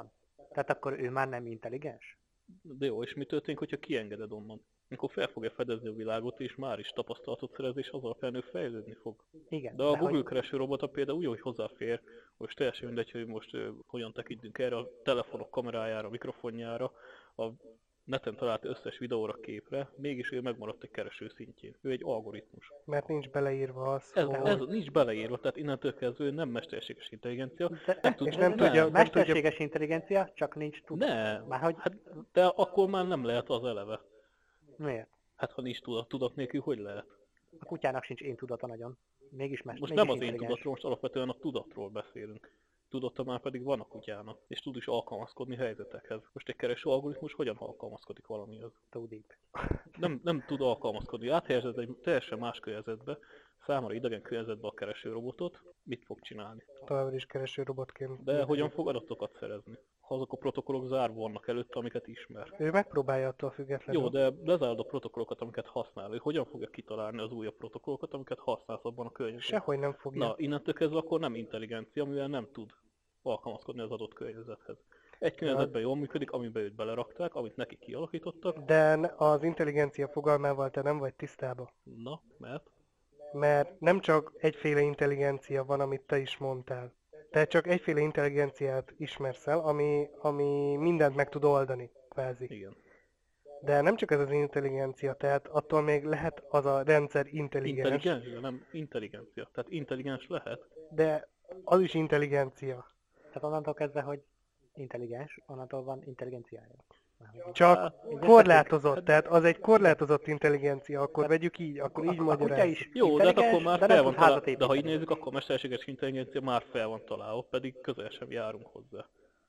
Tehát akkor ő már nem intelligens? De jó, és mi történik, hogyha kiengeded onnan? Amikor fel fogja fedezni a világot, és már is tapasztalatot szerez, és az alapján ő fejlődni fog. Igen. De a Google hogy... kereső robota például úgy, hogy hozzáfér, most teljesen mindegy, hogy most uh, hogyan tekintünk erre a telefonok kamerájára, a mikrofonjára, a neten talált összes videóra, képre, mégis ő megmaradt egy kereső szintjén. Ő egy algoritmus. Mert nincs beleírva az, Ez, hogy... ez nincs beleírva, tehát innentől kezdve ő nem mesterséges intelligencia. De, Nem tud, és nem ne, tudja- nem mesterséges intelligencia, csak nincs tudat. Ne, Márhogy... hát, de akkor már nem lehet az eleve. Miért? Hát ha nincs tudat, tudat nélkül hogy lehet? A kutyának sincs én tudata nagyon. Mégis mester. Most mégis nem az én intelligens. tudatról, most alapvetően a tudatról beszélünk. Tudata már pedig van a kutyának, és tud is alkalmazkodni helyzetekhez. Most egy kereső algoritmus hogyan alkalmazkodik valamihez? Too deep. Nem, nem tud alkalmazkodni. Áthelyezed egy teljesen más környezetbe, számára idegen környezetbe a kereső robotot, mit fog csinálni? Továbbra is kereső robotként. De hogyan fog adatokat szerezni? Ha azok a protokollok zárva vannak előtte, amiket ismer. Ő megpróbálja attól függetlenül. Jó, de lezárod a protokollokat, amiket használ. Ő hogyan fogja kitalálni az újabb protokollokat, amiket használsz abban a környezetben? Sehogy nem fogja. Na, innentől kezdve akkor nem intelligencia, mivel nem tud alkalmazkodni az adott környezethez. Egy környezetben jól működik, amiben őt belerakták, amit neki kialakítottak. De az intelligencia fogalmával te nem vagy tisztában. Na, mert? Mert nem csak egyféle intelligencia van, amit te is mondtál. Te csak egyféle intelligenciát ismersz el, ami, ami mindent meg tud oldani, kvázi. Igen. De nem csak ez az intelligencia, tehát attól még lehet az a rendszer intelligens, Intelligencia, nem intelligencia. Tehát intelligens lehet. de az is intelligencia. Tehát onnantól kezdve, hogy intelligens, onnantól van intelligenciája. Márhogy- Csak így korlátozott, tehát az egy korlátozott intelligencia, akkor Tehát vegyük így, akkor így a, a kutya magyaráz. is Jó, de hát intelligens, akkor már de fel nem van tud házat találva. De ha így építeni. nézzük, akkor a mesterséges intelligencia már fel van találva, pedig közel sem járunk hozzá.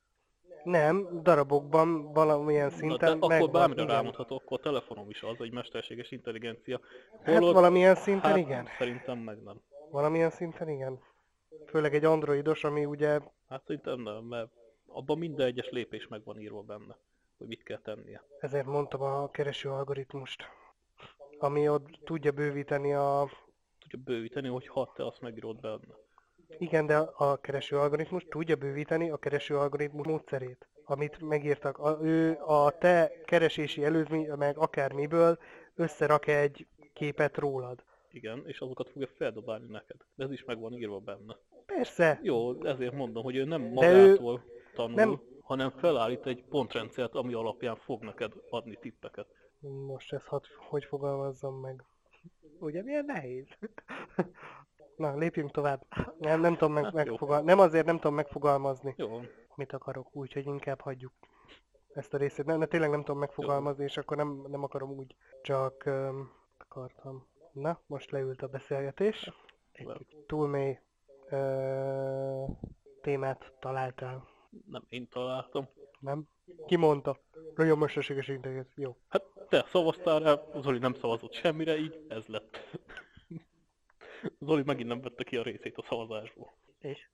Nem, darabokban valamilyen Na, de szinten akkor megvan. bármire Igen. rámondható, akkor a telefonom is az, egy mesterséges intelligencia. Hát Holott- valamilyen szinten hát, igen. Szerintem meg nem. Valamilyen szinten igen. Főleg egy androidos, ami ugye... Hát szerintem nem, mert abban minden egyes lépés meg van írva benne, hogy mit kell tennie. Ezért mondtam a kereső algoritmust. Ami ott tudja bővíteni a... Tudja bővíteni, hogy ha te azt megírod benne. Igen, de a kereső algoritmus tudja bővíteni a kereső algoritmus módszerét. Amit megírtak. A, ő a te keresési előzmény, meg akármiből összerak egy képet rólad. Igen, és azokat fogja feldobálni neked. De ez is meg van írva benne. Persze, Jó, ezért mondom, hogy ő nem De ő magától tanul, nem- hanem felállít egy pontrendszert, ami alapján fog neked adni tippeket. most ezt hadd, hogy fogalmazzam meg. Ugye milyen nehéz? Na, lépjünk tovább. Nem, nem tudom meg, Hát jó. megfogal... Nem azért nem tudom megfogalmazni, Jó, mit akarok, úgyhogy inkább hagyjuk ezt a részét. Nem, de tényleg nem tudom megfogalmazni, és akkor nem, nem akarom úgy, csak um, akartam. Na, most leült a beszélgetés. Egy Túl mély uh, témát találtál, nem én találtam. nem? Ki mondta? Nagyon mesterséges intelligencia. Jó. Hát te szavaztál rá, Zoli nem szavazott semmire, így ez lett. Zoli megint nem vette ki a részét a szavazásból. És?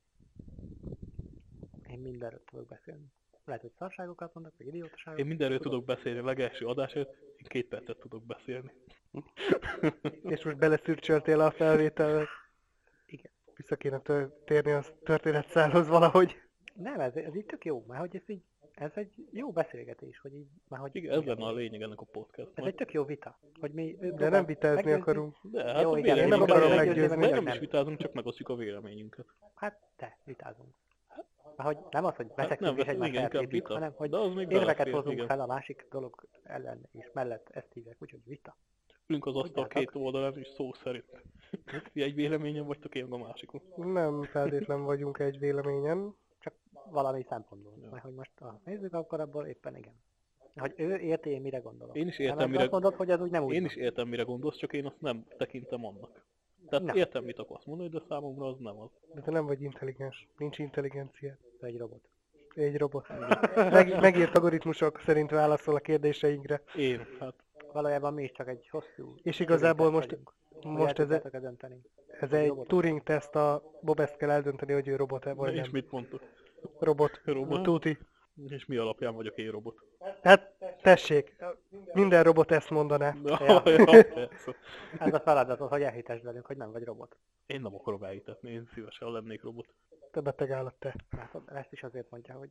Én mindenről tudok beszélni. Lehet, hogy szarságokat mondok, vagy idiótaságokat. Én mindenről tudok beszélni, a legelső adásért, én két percet tudok beszélni. És most beleszürcsöltél a felvételbe. Igen. Vissza kéne tör- térni a történetszálhoz valahogy. Nem, ez, ez így tök jó, mert hogy ez így, ez egy jó beszélgetés, hogy így, már hogy... Igen, ez lenne a lényeg ennek a Ez podcastnak. egy tök jó vita, hogy mi... De nem vitázni akarunk. De hát Jó, a igen, én nem véleményünket- akarom nem- meggyőzni, nem, meg nem is nem. vitázunk, csak megosztjuk a véleményünket. Hát, te, vitázunk. Már hogy nem az, hogy Hát veszekszünk nem, és egymás igen, inkább eltépjük, vita. hanem hogy De az még érveket belefér, hozunk igen. fel a másik dolog ellen és mellett, ezt hívják, úgyhogy vita. Ülünk az asztal Tudjátok. két oldalán, és szó szerint. Ti egy véleményen vagytok, én a másikon. Nem feltétlen vagyunk egy véleményen. Csak valami szempontból. Ja. Mert hogy most ha nézzük, akkor abból éppen igen. Hogy ő érti, én mire gondolok. Én is Nem értem, azt mire, mondod, hogy ez úgy nem úgy én van. is értem, mire gondolsz, csak én azt nem tekintem annak. Tehát Na. értem, mit akarsz mondani, de számomra az nem az. De te nem vagy intelligens. Nincs intelligencia. Ő egy robot. Egy robot. Meg, megírt algoritmusok szerint válaszol a kérdéseinkre. Én, hát Valójában mi is csak egy hosszú... És igazából most, vagyunk. most ez, ez, dönteni. ez egy Turing teszt, a Bob ezt kell eldönteni, hogy ő robot-e vagy és nem. mit mondtuk? Robot. Robot. Tuti. És mi alapján vagyok én robot? Hát tessék, minden robot ezt mondaná. Na, Ja. ja, persze. Ez a feladatod, hogy elhitesd velünk, hogy nem vagy robot. Én nem akarom elhitetni, én szívesen lennék robot. Te beteg állat te. Látod, ezt is azért mondja, hogy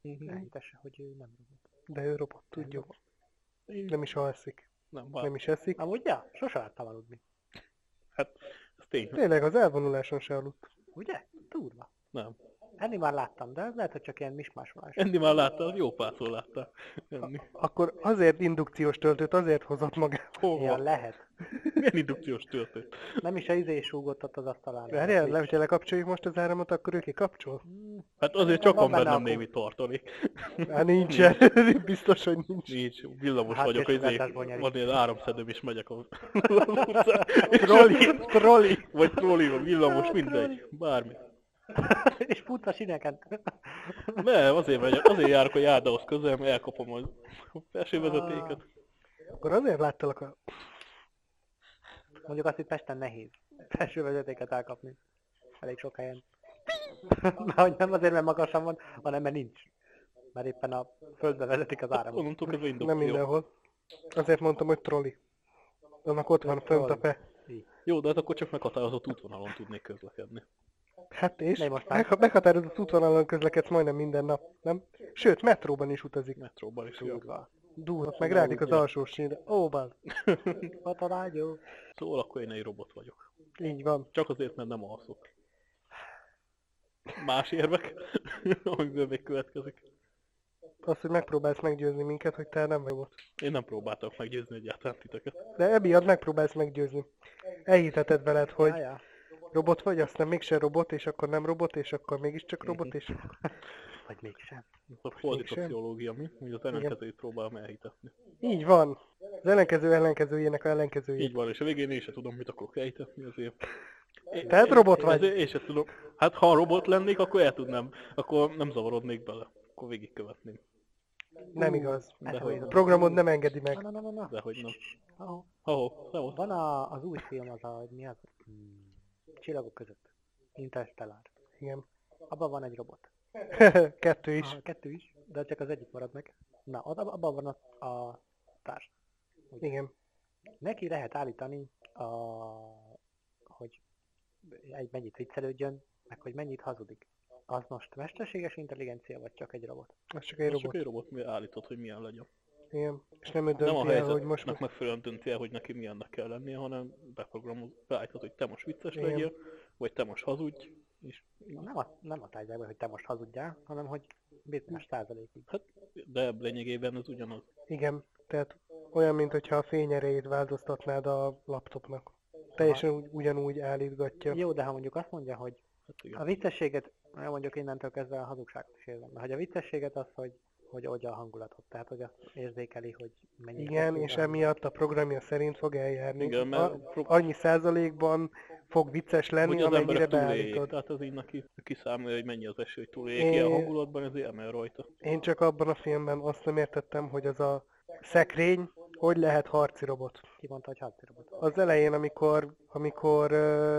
Ne hitesse, hogy ő nem robot. De ő robot, tudjuk. Nem is alszik. Nem, hát, Nem is eszik. Amúgy, ja, sose láttam aludni. hát ez tény. Tényleg az elvonuláson se aludt. Ugye? Durva. Nem. Enni már láttam, de ez lehet, hogy csak ilyen mismásolás. Enni már láttál, jó párszor láttál. Enni. Akkor azért indukciós töltőt azért hozott magával. Ja, lehet. Milyen indukciós töltő? Nem is a izé súgott ott az asztalán. Várjál, le, hogyha lekapcsoljuk most az áramot, akkor ő kikapcsol? Hát azért csak Van van benne bennem akku. némi tartalék. Hát nincsen. Biztos, hogy nincs. Nincs, villamos Hát, vagyok, és izé, szívásásból nyerik. van ilyen áramszedőm is megyek a Trolli, trolli. vagy trolli, vagy villamos, mindegy, bármi. És futsz a sineken. Nem, azért megyek, azért járok a járdához közel, mert elkapom a felső vezetéket. Akkor azért láttalak a... Mondjuk azt, hogy Pesten nehéz. Felső vezetéket elkapni. Elég sok helyen. Mert hogy nem azért, mert magasan van, hanem mert nincs. Mert éppen a földbe vezetik az áramot. Onnantól kezdve Nem indukció. mindenhol. Azért mondtam, hogy trolli. Annak ott van fönt a pe. Jó, de hát akkor csak meghatározott útvonalon tudnék közlekedni. Hát és? Ne most már. Megha- meghatározott útvonalon közlekedsz majdnem minden nap, nem? Sőt, metróban is utazik. Metróban is jó. Durva. Durva, meg rádik az alsó sínre. Ó, bal. Patalágyó. Szóval akkor én egy robot vagyok. Így van. Csak azért, mert nem alszok. Más érvek, amiből még következik. Az, hogy megpróbálsz meggyőzni minket, hogy te nem vagy robot. Én nem próbáltam meggyőzni egyáltalán titeket. De emiatt megpróbálsz meggyőzni. Elhiteted veled, hogy Ja, ja. robot vagy, aztán mégse robot, és akkor nem robot, és akkor mégiscsak robot, és... Vagy mégsem. Ez a fordított pszichológia, mi? Hogy az ellenkezőjét próbálom elhitetni. Így van. Az ellenkező ellenkezőjének a ellenkezőjét. Így van, és a végén én sem tudom, mit akarok elhitetni azért. Én- Tehát én- robot én vagy? Ezért én sem tudom. Hát ha robot lennék, akkor el tudnám. Akkor nem zavarodnék bele. Akkor végigkövetném. Nem igaz. De Ez hogy olyan. nem. A programod nem engedi meg. Na, na, na, na. De hogy nem. Ahó. Ha-ho, szevasz. Van a, az új film, az a, hogy mi az? Hmm. Csillagok között. Interstellar. Igen. Abban van egy robot. Kettő is. Aha, kettő is, de csak az egyik marad meg. Na, az- abban van a, a társ. Igen. Neki lehet állítani, a, hogy egy mennyit viccelődjön, meg hogy mennyit hazudik. Az most mesterséges intelligencia, vagy csak egy robot? Az csak egy Ez csak robot. egy robot, mi állított, hogy milyen legyen. Igen. És nem ő Nem a dönti el, hogy helyzetnek most... megfelelően dönti el, hogy neki milyennek kell lennie, hanem beprogramoz, beállítod, hogy te most vicces Igen. legyél, vagy te most hazudj, és Nem, a, nem azt állítják be, hogy te most hazudjál, hanem hogy bizonyos százalékig. hát, de lényegében ez ugyanaz. Igen. Tehát olyan, mint hogyha a fényerejét változtatnád a laptopnak. Teljesen úgy, ugyanúgy állítgatja. Jó, de ha mondjuk azt mondja, hogy Hát igen. a viccességet, na, mondjuk innentől kezdve a hazugságot is érzem, mert hogy a viccességet az, hogy, hogy oldja a hangulatot, tehát hogy azt érzékeli, hogy mennyi. Igen, és emiatt a programja szerint fog eljárni. Igen, mert A, pro- annyi százalékban fog vicces lenni, hogy az amennyire emberek túléljék, beállítod. tehát az így neki kiszámolja, hogy mennyi az esély, hogy túléljék É- ilyen hangulatban, ezért emel rajta. Én csak abban a filmben azt nem értettem, hogy az a szekrény hogy lehet harci robot. Ki mondta, hogy harci robot. Az elején, amikor, amikor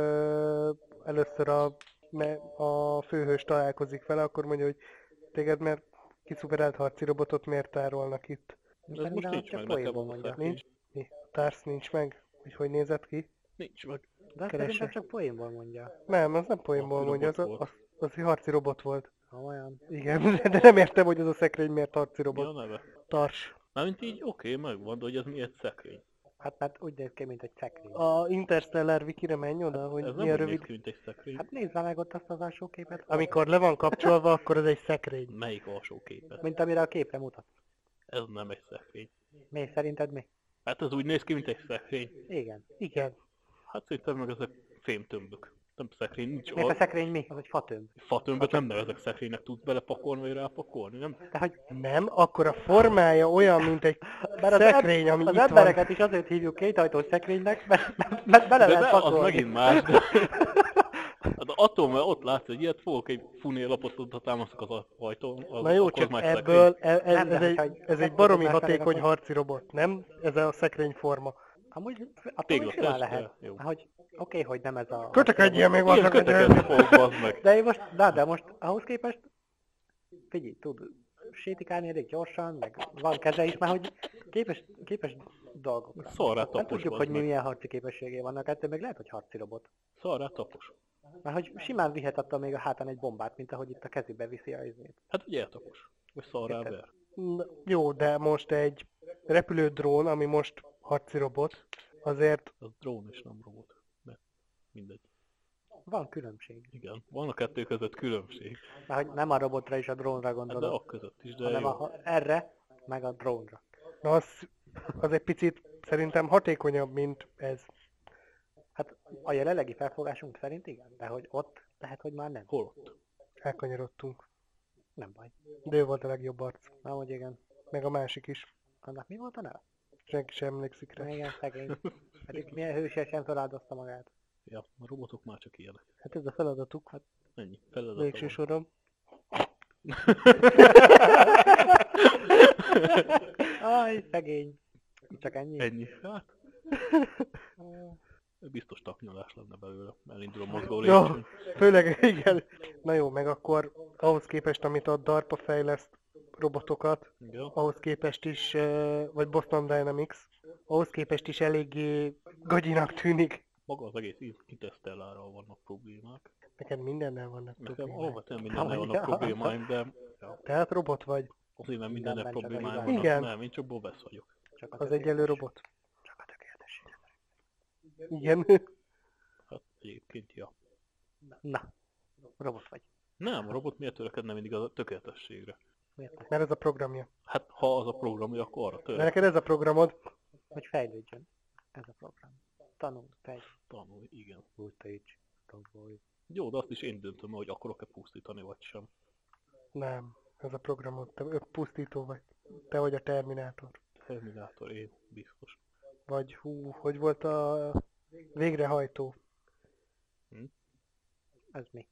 ö, először a, me, a főhős találkozik vele, akkor mondja, hogy téged mert kiszuperált harci robotot miért tárolnak itt. Ez Szerintem most az nincs csak meg nekem poénból az a mondja. szekrény. Nincs? Mi? Társz nincs meg? Hogy hogy nézett ki? Nincs meg. De azt Keresse. szerintem csak poénból mondja. Nem, az nem poénból Harci mondja, az, robot az, az, az egy harci robot volt. Olyan. Igen, de nem értem, hogy az a szekrény miért harci Mi a robot. neve? Tars. Mármint így oké, megvan, de hogy ez mi egy szekrény. Hát mert úgy néz ki, mint egy szekrény. A Interstellar wikire menj oda, hogy Ez nem milyen úgy néz rövid. ki, mint egy szekrény. Hát nézd már meg ott azt az alsó képet. Amikor le van kapcsolva, akkor az egy szekrény. Melyik alsó képet? Mint amire a képre mutat. Ez nem egy szekrény. Mi? Szerinted mi? Hát ez úgy néz ki, mint egy szekrény. Igen. Igen. Hát szerintem meg ezek fémtömbök. Nem szekrény, nincs Miért a a... szekrény mi? Az egy fatömb. Fatömböt nem nevezek szekrénynek, tudsz belepakolni vagy rápakolni, nem? De hogy Nem, akkor a formája olyan, mint egy Mert az szekrény, em- ami az itt embereket is azért hívjuk kétajtós szekrénynek, mert, mert bele De, lehet de az pakolni. megint más. De... Hát attól, mert ott látsz egy ilyet, fogok egy funélapot, oda támaszok az ajtón, az, Na jó, akkor csak már ebből, e- ez, Nem, de ez, egy, hogyha egy ez egy szekrény baromi tudnás hatékony meg, akkor- harci robot, nem? Ez a szekrény forma. Amúgy attól Tégla még simán testre, lehet. jó. Hogy oké, hogy nem ez a... Kötekedjél még Ilyen valamit! kötekedni fogok, bazd meg. De én most, na, de most ahhoz képest, figyelj, tud sétikálni elég gyorsan, meg van keze is, már hogy képes, képes dolgokra. Szar rá Nem tapos, tudjuk, bazd hogy mi meg. milyen harci képességei vannak, ettől még lehet, hogy harci robot. Szar rá tapos. Mert hogy simán vihet attól még a hátán egy bombát, mint ahogy itt a kezébe viszi a izét. Hát ugye eltapos. Vagy szarrá Érted? ver. Na, jó, de most egy repülő drón, ami most harci robot, azért Az drón és nem robot. De mindegy. Van különbség. Igen. Van a kettő között különbség. Mert hogy nem a robotra és a drónra Hát de gondolok, a között is, de hanem jó. a, erre, meg a drónra. na az, az egy picit szerintem hatékonyabb, mint ez. Hát a jelenlegi felfogásunk szerint igen, de hogy ott lehet, hogy már nem. Hol ott? Elkanyarodtunk. Nem baj. De ő volt a legjobb arc. Na, hogy igen. Meg a másik is. Annak mi volt a neve? Senki sem emlékszik rá. Igen, szegény. Pedig milyen hősiesen feláldozta magát. Ja, a robotok már csak ilyenek. Hát ez a feladatuk, hát Ennyi. Feladata végső van. soron. Aj, szegény. Csak ennyi? Ennyi. Hát, biztos taknyolás lenne belőle. Elindul a mozgó Ja, lépcsőn. főleg igen. Na jó, meg akkor ahhoz képest, amit a DARPA fejleszt robotokat, Igen. ahhoz képest is, eh, vagy Boston Dynamics, ahhoz képest is eléggé gagyinak tűnik. Maga az egész Interstellárral vannak problémák. Neked mindennel vannak Nekem problémák. alapvetően mindennel Ja. vannak problémáim, de ja, Tehát robot vagy. azért mert mindennel Mindenben csak a problémáim hibák. vannak. Igen. Nem, én csak Bobesz vagyok. Csak a Az egyelő tökéletes- robot. Csak a tökéletesség. Igen. Hát egyébként, ja. Na, robot vagy. Nem, a robot miért törekedne mindig a tökéletességre? Miért? Mert ez a programja. Hát ha az a programja, akkor arra Mert törekedne. neked ez a programod. Hogy fejlődjön. Ez a program. Tanulj, fejlődj. Tanulj, igen. Voltage, tanulj. Jó, de azt is én döntöm el, hogy akarok-e pusztítani, vagy sem. Nem, ez a programod. Te ö, pusztító vagy. Te vagy a Terminátor. Terminátor, én biztos. Vagy hú, hogy volt a végrehajtó? Ez mi?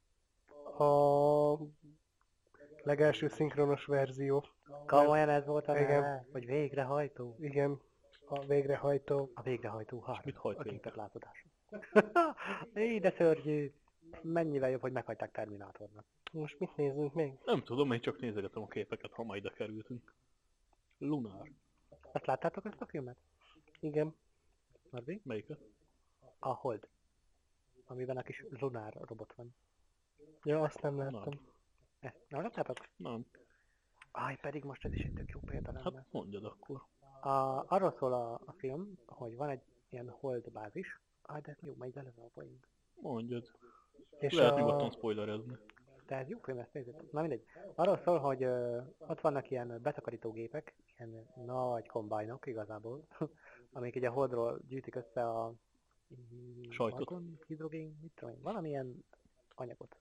A legelső szinkronos verzió. Komolyan ez volt a Igen. neve? Hogy végrehajtó? Igen, a végrehajtó. A végrehajtó három. mit hajt A végre? képet látodás. Éj, de szörnyű. Mennyivel jobb, hogy meghagyták Terminátornak. Most mit nézzünk még? Nem tudom, én csak nézegetem a képeket, ha ma ide kerültünk. Lunár. Azt láttátok ezt a filmet? Igen. Marvi? Melyiket? A Hold. Amiben a kis Lunár robot van. Ja, azt nem láttam. Ezt nem láttátok? Nem. Aj, pedig most ez is egy tök jó példa lenne. Hát mondjad akkor. A, arról szól a, a film, hogy van egy ilyen Hold bázis. Aj, de jó, majd eleve a poén. Mondjad. És Lehet a... nyugodtan spoilerezni. De ez jó film, ezt nézzétek. Na mindegy. Arról szól, hogy ö, ott vannak ilyen betakarítógépek, ilyen nagy kombájnok igazából, amik ugye a Holdról gyűjtik össze a mm, Sajtot. argon, hidrogén, mit tudom én, valamilyen anyagot.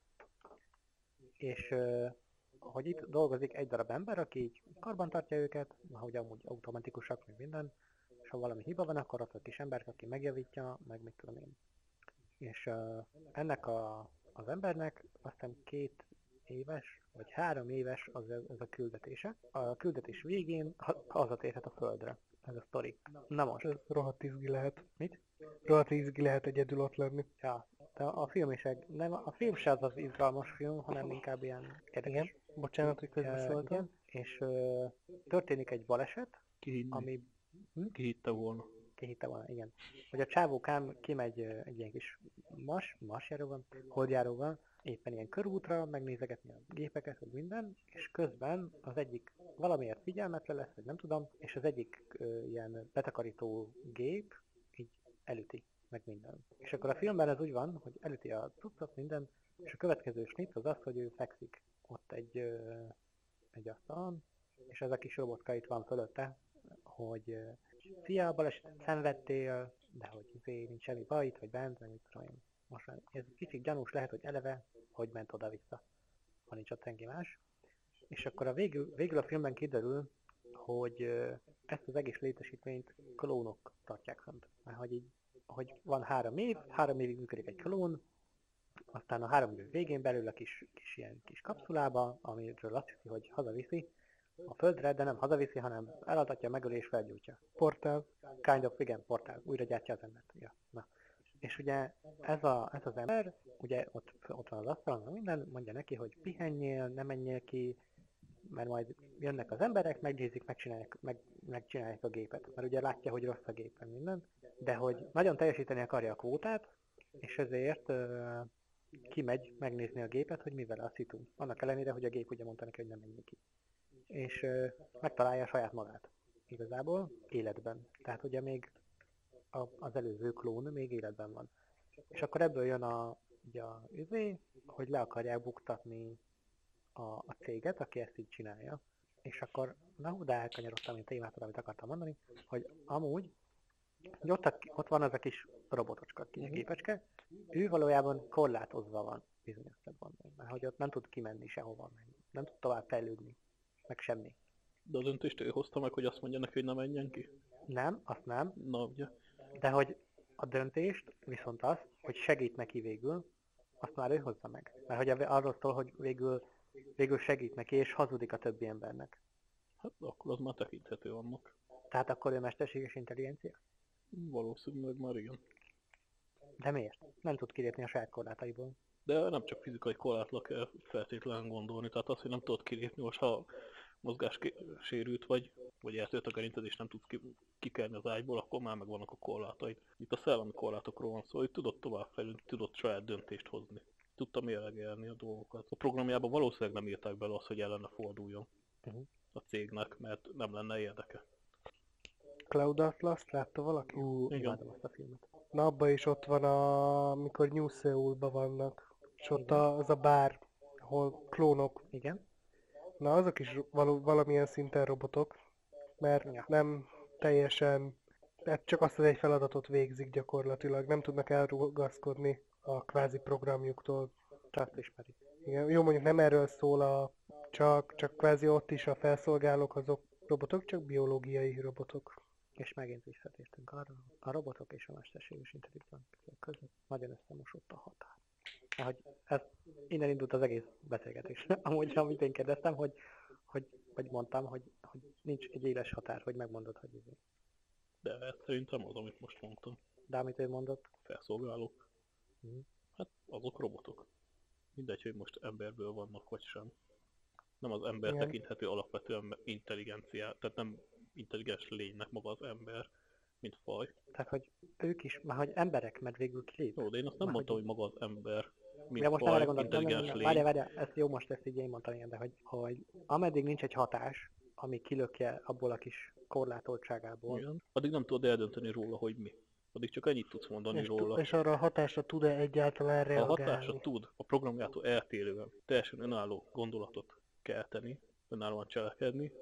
És ö, hogy itt dolgozik egy darab ember, aki így karbantartja őket, ahogy amúgy automatikusak, meg minden, és ha valami hiba van, akkor ott a kis ember, aki megjavítja, meg mit tudom én. És ö, ennek a, az embernek aztán két éves, vagy három éves az ez a küldetése. A küldetés végén ha- hazatérhet a Földre. Ez a sztori. Na most, Ez rohadt izgi lehet. mit? Rohadt izgi lehet egyedül ott lenni. Ja, de a film is egy, nem, a film se az az izgalmas film, hanem inkább ilyen érdekes. Igen. Bocsánat, hogy Ö, közbeszóltam. igen. És ö, történik egy baleset, Ki hinni? ami Ki hitte volna? ki hitte volna, igen. Hogy a csávókám kimegy ö, egy ilyen kis mas, masjáróban, holdjáróban, éppen ilyen körútra, megnézegetni a gépeket, vagy minden, és közben az egyik valamiért figyelmetlen lesz, vagy nem tudom, és az egyik ö, ilyen betakarító gép így elüti, meg minden. És akkor a filmben ez úgy van, hogy elüti a cuccot, minden, és a következő snit az az, hogy ő fekszik ott egy, ö, egy asztalon, és ez a kis robotka itt van fölötte, hogy ö, szia, balesetet szenvedtél, de hogy izé, nincs semmi baj itt, vagy bent, vagy mit tudom én. Most már ez kicsit gyanús lehet, hogy eleve, hogy ment oda-vissza, ha nincs ott senki más. És akkor a végül, végül a filmben kiderül, hogy ö, ezt az egész létesítményt klónok tartják fent. Mert hogy így, hogy van három év, három évig működik egy klón, aztán a három év végén belül a kis, kis ilyen kis kapszulába, amiről azt hiszi, hogy hazaviszi a Földre, de nem hazaviszi, hanem elaltatja, megöli és felgyújtja. Portál. Kind of, igen, portál, újra gyártja az embert. Ja, na. És ugye ez, a, ez az ember, ugye ott, ott van az asztalon, meg minden, mondja neki, hogy pihenjél, ne menjél ki, mert majd jönnek az emberek, megnézik, megcsinálják, meg, megcsinálják a gépet. Mert ugye látja, hogy rossz a gép, meg minden, de hogy nagyon teljesíteni akarja a kvótát, és ezért ö, kimegy megnézni a gépet, hogy mivel a szitu. Annak ellenére, hogy a gép ugye mondta neki, hogy nem menjél ki. és ö, megtalálja saját magát. Igazából életben. Tehát ugye még a, az előző klón még életben van. És akkor ebből jön a, ugye a izé, hogy le akarják buktatni a, a céget, aki ezt így csinálja. És akkor, na hú, de elkanyarodtam én témától, amit akartam mondani, hogy amúgy, hogy ott, a, ott van az a kis robotocska, kis Mhm. gépecske, ő valójában korlátozva van bizonyos szempontból, mert hogy ott nem tud kimenni sehova, meg nem tud tovább fejlődni, meg semmi. De a döntést ő hozta meg, hogy azt mondja neki, hogy ne menjen ki. Nem, azt nem, Na ugye. de hogy a döntést, viszont az, hogy segít neki végül, azt már ő hozza meg. Mert hogy a- arról szól, hogy végül, végül segít neki, és hazudik a többi embernek. Hát akkor az már tekinthető annak. Tehát akkor ő mesterséges intelligencia? Valószínűleg már igen. De miért? Nem tud kilépni a saját korlátaiból. De nem csak fizikai korlátra kell feltétlenül gondolni, tehát az, hogy nem tudod kilépni, most ha mozgássérült vagy, vagy eltört a gerinced és nem tudsz ki, kikelni az ágyból, akkor már megvannak a korlátaid. Itt a szellemi korlátokról van szó, hogy tudod továbbfejlődni, tudod saját döntést hozni. Tudta mérlegelni a dolgokat. A programjában valószínűleg nem írták bele azt, hogy ellene forduljon Uh-huh. a cégnek, mert nem lenne érdeke. Cloud Atlas, látta valaki? Ú, Igen. imádom azt a filmet. Na abban is ott van, a, amikor New Seoulban vannak, és ott a, az a bár, ahol klónok. Igen? Na azok is való, valamilyen szinten robotok, mert Ja. nem teljesen, tehát csak azt az egy feladatot végzik gyakorlatilag, nem tudnak elrugaszkodni a kvázi programjuktól. Csak azt ismeri. Igen, jó, mondjuk nem erről szól a, csak, csak kvázi ott is a felszolgálók azok robotok, csak biológiai robotok. És megint visszatértünk arra, a robotok és a mesterséges intelligencia között nagyon összemosott a határ. Mert hogy ez, innen indult az egész beszélgetés. Amúgy, amit én kérdeztem, hogy, hogy vagy mondtam, hogy, hogy nincs egy éles határ, hogy megmondod, hogy ez. De ez szerintem az, amit most mondtam. De amit ő mondott, Felszolgálók. Mhm. Hát azok robotok. Mindegy, hogy most emberből vannak, vagy sem. Nem az ember Igen. tekinthető alapvetően intelligenciá, tehát nem intelligens lénynek maga az ember, mint faj. tehát hogy ők is, már hogy emberek, mert végül kilép. Jó, de én azt nem Már mondtam, hogy- hogy maga az ember, mint Ja, most nem faj, erre gondoltam, nem, nem, intelligens nem, lény. várjál, várjál, ezt jó, most ezt így én mondtam, igen, de hogy, hogy ameddig nincs egy hatás, ami kilökje abból a kis korlátoltságából, Igen. Addig nem tudod eldönteni róla, hogy mi. Addig csak ennyit tudsz mondani És, róla. tu- és arra a hatásra tud-e egyáltalán Ha a reagálni? hatása tud a programjától eltérően teljesen önálló gondolatot kelteni, önállóan cselekedni,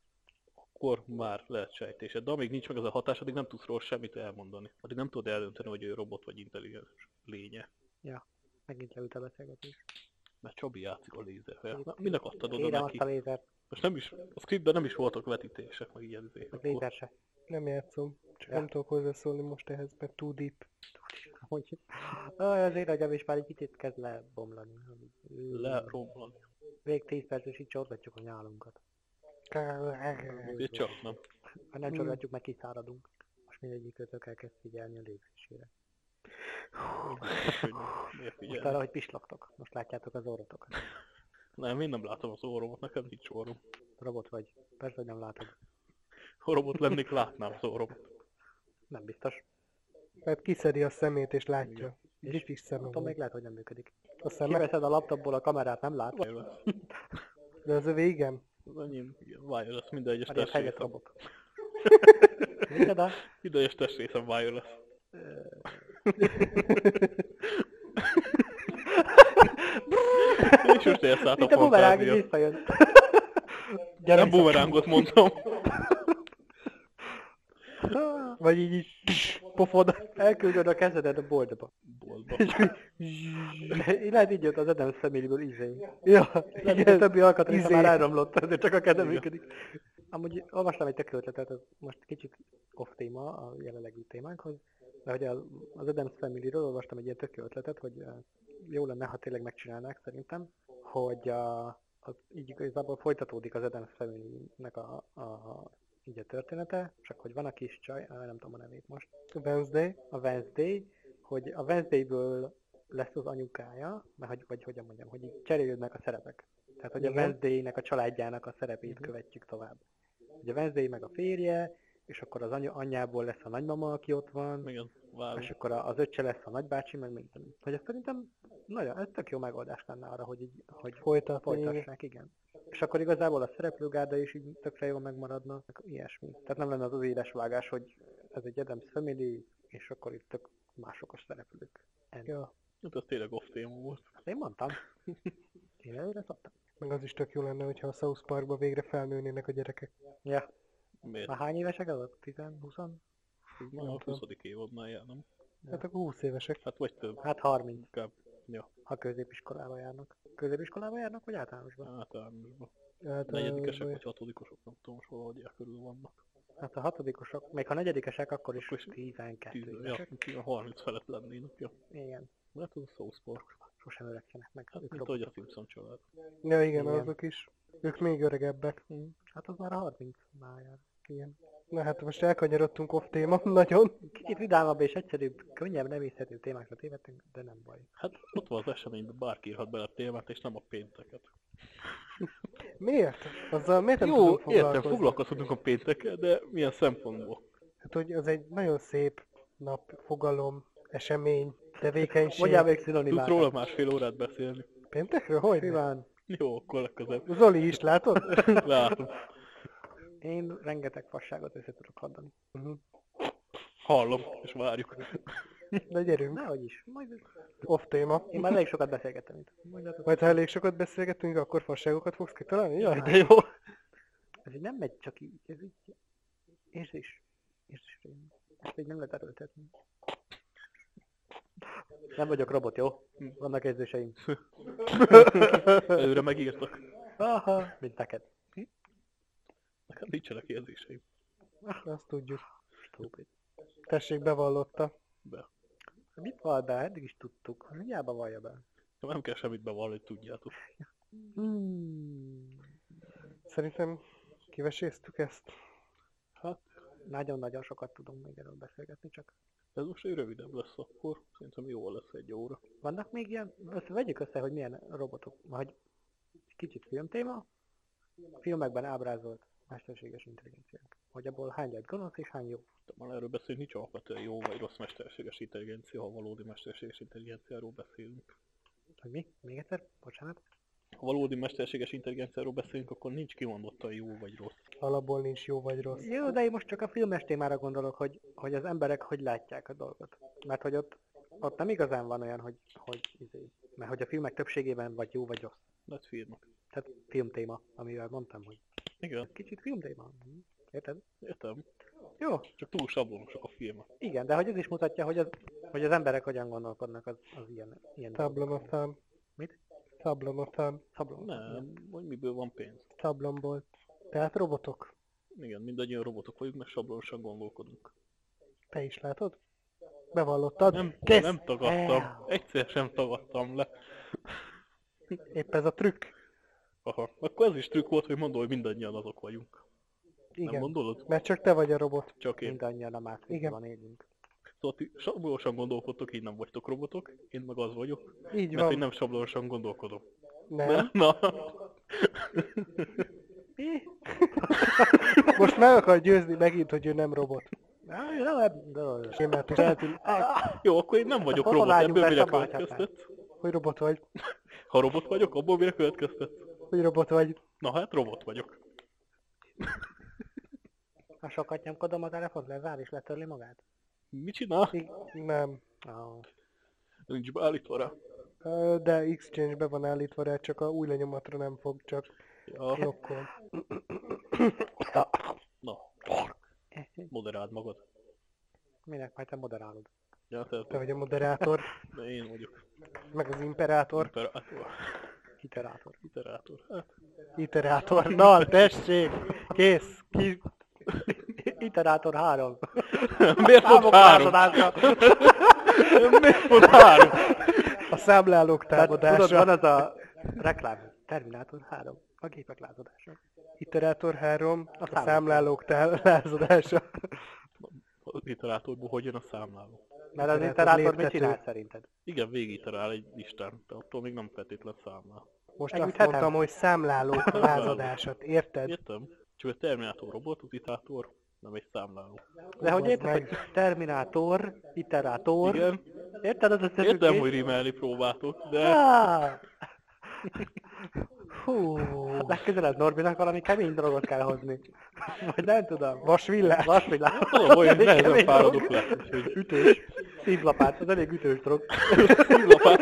akkor már lehet sejtésed. De amíg nincs meg ez a hatás, addig nem tudsz róla semmit elmondani. Addig nem tudod eldönteni, hogy ő robot vagy intelligens lénye. megint leült a beszélgetés. Mert Csabi játszik a lézerrel. Na, minek adtad oda Kérem neki? azt a lézert, Most nem is, a scriptben nem is voltak vetítések, meg ilyen izék. meg Akkor lézer se. Nem játszom, csak Ja. nem tudok hozzászólni most ehhez, mert too deep. Hogy Aj, az én agyam is már egy kicsit kezd lebomlani. leromlani. Még tíz perc és így csorgatjuk a nyálunkat. Azért csak nem. Ha nem Hmm. csorgatjuk, meg kiszáradunk. Most mindegyik közök elkezd figyelni a légzésére. Hogy miért Most figyelni? arra, hogy pislogtok. Most látjátok az orrotokat. Nem, én nem látom az orromat, nekem nincs orrom. Robot vagy. Persze, hogy nem látod. Ha robot lennék, látnám az orromat. Nem biztos. Mert kiszedi a szemét és látja. Igen. British szeme Attól még van. lehet, hogy nem működik. A szeme, Kiveszed a laptopból a kamerát, nem látod. Wireless. de az övé igen. Az enyém, igen, wireless, minden egyes Vagy egy helyett testrészem. robot. Micsoda? Minden egyes testrészem wireless. És most elszállt a Mint a bumeráng, így fantázia. visszajön. Nem bumerángot mondtam. Vagy így is Pofod, elküldöd a kezedet a boltba. Boltba. Lehet így jött az Adams Family-ből izé. Ja, Lehet, hogy a igen. többi alkatrésze Izé. már elromlott, ezért csak a keze Igen. működik. Amúgy olvastam egy tök jó ötletet, ez most kicsit off téma a jelenlegi témánkhoz, de hogy az az Adams Family-ről olvastam egy ilyen tök jó ötletet, hogy eh, jó lenne, ha tényleg megcsinálnák szerintem, hogy a, az, így igazából folytatódik az Adams Family-nek a, a, így a története, csak hogy van a kis csaj, eh, nem tudom a nevét most, Wednesday. a Wednesday, hogy a Wednesdayből lesz az anyukája, mert hogy, vagy hogyan mondjam, hogy így cserélődnek a szerepek. Tehát, hogy a Igen. Wednesday-nek a családjának a szerepét Mhm. követjük tovább. Hogy a Wednesday meg a férje, és akkor az anya, anyjából lesz a nagymama, aki ott van, Igen. vágom. És akkor az öccse lesz a nagybácsi, meg minden. Hogy ez szerintem nagyon, ez tök jó megoldás lenne arra, hogy így, hogy Folytatni, igen. folytassák, igen. És akkor igazából a szereplőgárda is így tökre jól megmaradna, meg ilyesmi. Tehát nem lenne az az éles vágás, hogy ez egy Addams Family, és akkor itt tök mások a szereplők. Ennyi. Ja. Hát ez tényleg off téma volt. Hát én mondtam. Én előre szoktam. Meg az is tök jó lenne, hogyha a South Parkba végre felnőnének a gyerekek. Ja. Miért? Már hány évesek azok? tíz-húsz? Már a huszadik évadnál járnom. Hát akkor húsz évesek. Hát vagy több. Hát harminc, Inkább. Ja, ha középiskolába járnak. Középiskolába járnak, vagy általánosban? általánosban. Hát, Negyedikesek ö, vagy hatodikosok, nem tudom, most valahogy el körül vannak. Hát a hatodikosok, még ha negyedikesek, akkor is Akkor is tizenkettő Tíz, ja, évesek. a harminc felett lennének, ja. Igen. Hát az a South Park. Sosem öregszenek meg. Hát Ők mint ahogy a robotok. Simpson család. Ja igen, Igen. azok is. Ők még öregebbek. Hm. Hát az már a harminc már jár. Igen. Na hát most elkanyarodtunk off téma, nagyon. Kicsit vidámabb és egyszerűbb, könnyebb, nem észhető témákra tévedtünk, de nem baj. Hát ott van az eseményben, bárki írhat bele a témát, és nem a pénteket. Miért? Azzal miért nem Jó, tudunk értem, foglalkozni? foglalkozhatunk a péntekkel, de milyen szempontból? Hát, hogy az egy nagyon szép nap, fogalom, esemény, tevékenység. Mondjál még Tudsz szinonimát. róla másfél órát beszélni. Péntekről? Hogy? Kíván. Jó, akkor legközelebb. Zoli is, látod? Látom. Én rengeteg fasságot össze tudok haddani. Mhm. Hallom, és várjuk. De gyerünk, Nehogy is. Majd... off téma. Én már elég sokat beszélgettem itt. Mondjátok. Majd ha elég sokat beszélgetünk, akkor fasságokat fogsz kitalálni? Jaj, Hát. de jó. Ez így nem megy csak így. Ez így... Érzés. Érzésrém. Ezt így nem lehet erőltetni. Nem vagyok robot, jó? Vannak érzéseim. Előre megírtak. Aha, mint neked. Nekem nincsenek érzéseim. Azt tudjuk. Stupid. Tessék, bevallotta. Be. Mit vall be? Eddig is tudtuk. Hiába vallja be. Nem kell semmit bevallani, tudjátok. Hmm. Szerintem kiveséztük ezt. Hát, Nagyon-nagyon sokat tudunk még erről beszélgetni, csak ez most egy rövidebb lesz akkor. Szerintem jó lesz egy óra. vannak még ilyen, össze, vegyük össze, hogy milyen robotok, vagy kicsit filmtéma, filmekben ábrázolt mesterséges intelligenciák. Hogy abból hány lett gonosz és hány jó. De már erről beszélünk, nincs alapvetően jó vagy rossz mesterséges intelligencia, ha valódi mesterséges intelligenciáról beszélünk. Hogy mi? Még egyszer? Bocsánat. Ha valódi mesterséges intelligenciáról beszélünk, akkor nincs kimondottan jó vagy rossz. Alapból nincs jó vagy rossz. Jó, de én most csak a filmes témára gondolok, hogy, hogy az emberek hogy látják a dolgot. Mert hogy ott, ott nem igazán van olyan, hogy, hogy izé, mert hogy a filmek többségében vagy jó vagy rossz. Lehet filmek. Tehát filmtéma, amivel mondtam, hogy Igen, kicsit filmtéma. Hm? Érted? értem. Jó, Csak túl sablonosak a filmek. igen, de hogy ez is mutatja, hogy az, hogy az emberek hogyan gondolkodnak az, az ilyen, ilyen Tablonothán. Mit? Tablonothán. Szablon. Nem, vagy miből van pénz. Tablomból. Tehát robotok. Igen, mindannyian robotok vagyunk, mert sablonosan gondolkodunk. Te is látod? Bevallottad? Nem, Kész! nem tagadtam. Egyszer sem tagadtam le. Épp ez a trükk. Aha. Akkor ez is trükk volt, hogy mondom, hogy mindannyian azok vagyunk. Nem Igen. gondolod? Mert csak te vagy a robot. Csak én. Mindannyian a Igen. Matrixban élünk. Szóval ti sablonosan gondolkodtok, így nem vagytok robotok. Én meg az vagyok. Így Mert én van. nem sablonosan gondolkodom. Nem. Na. Mi? Most meg akar győzni megint, hogy ő nem robot. Á, nem, nem, de- Sémát is eltűnt, Jó, akkor én nem vagyok Hova robot, vágyunk ebből be, mire szabad következtet? hogy robot vagy. Ha robot vagyok, abból mire következtet? Hogy robot vagy. Na hát robot vagyok. Ha sokat nyomkodom a telefont, lezár és letörli magát? Mit csinál? I- nem. Oh. Nincs beállítva rá. Ö, De Exchange be van állítva rá, csak a új lenyomatra nem fog, csak Ja, blokkol. na, moderáld magad. Minek majd te moderálod? Ja, te, Te vagy a moderátor, de én vagyok. meg az imperátor, Imperátor. Iterátor. Iterátor. Hát, iterátor. Na, tessék! Kész! Ki... Iterátor három. miért pont három? Támogatása. Miért pont három? A számlálók Tehát tudod, támadása. van az a reklám. Terminátor három. A gépek lázadása. Iterátor három, a számlálók. számlálók tálázadása. Az iterátorból hogy jön a számláló? Mert az Iterátor iterátor mit léptető. csinál szerinted? Igen, végigiterál egy listán, de attól még nem feltétlen számlál. Most Egy azt üthetem. mondtam, hogy számlálók lázadását, érted? Értem? Csak a Terminátor robot, az iterátor nem egy számláló. De hogy Az érted, meg. hogy Terminátor, iterátor, Igen, érted az összefüggés? értem, hogy rimelni próbáltok, de Ah! Hú, Legközelebb Norbinak valami kemény dolgot kell hozni. Vagy nem tudom. vasvillás. Vasvillás. tudom, hogy Elég nehezen kemény fáradok dolog. le. Úgyhogy Ütős. Szívlapát, az elég ütős dolog. szívlapát.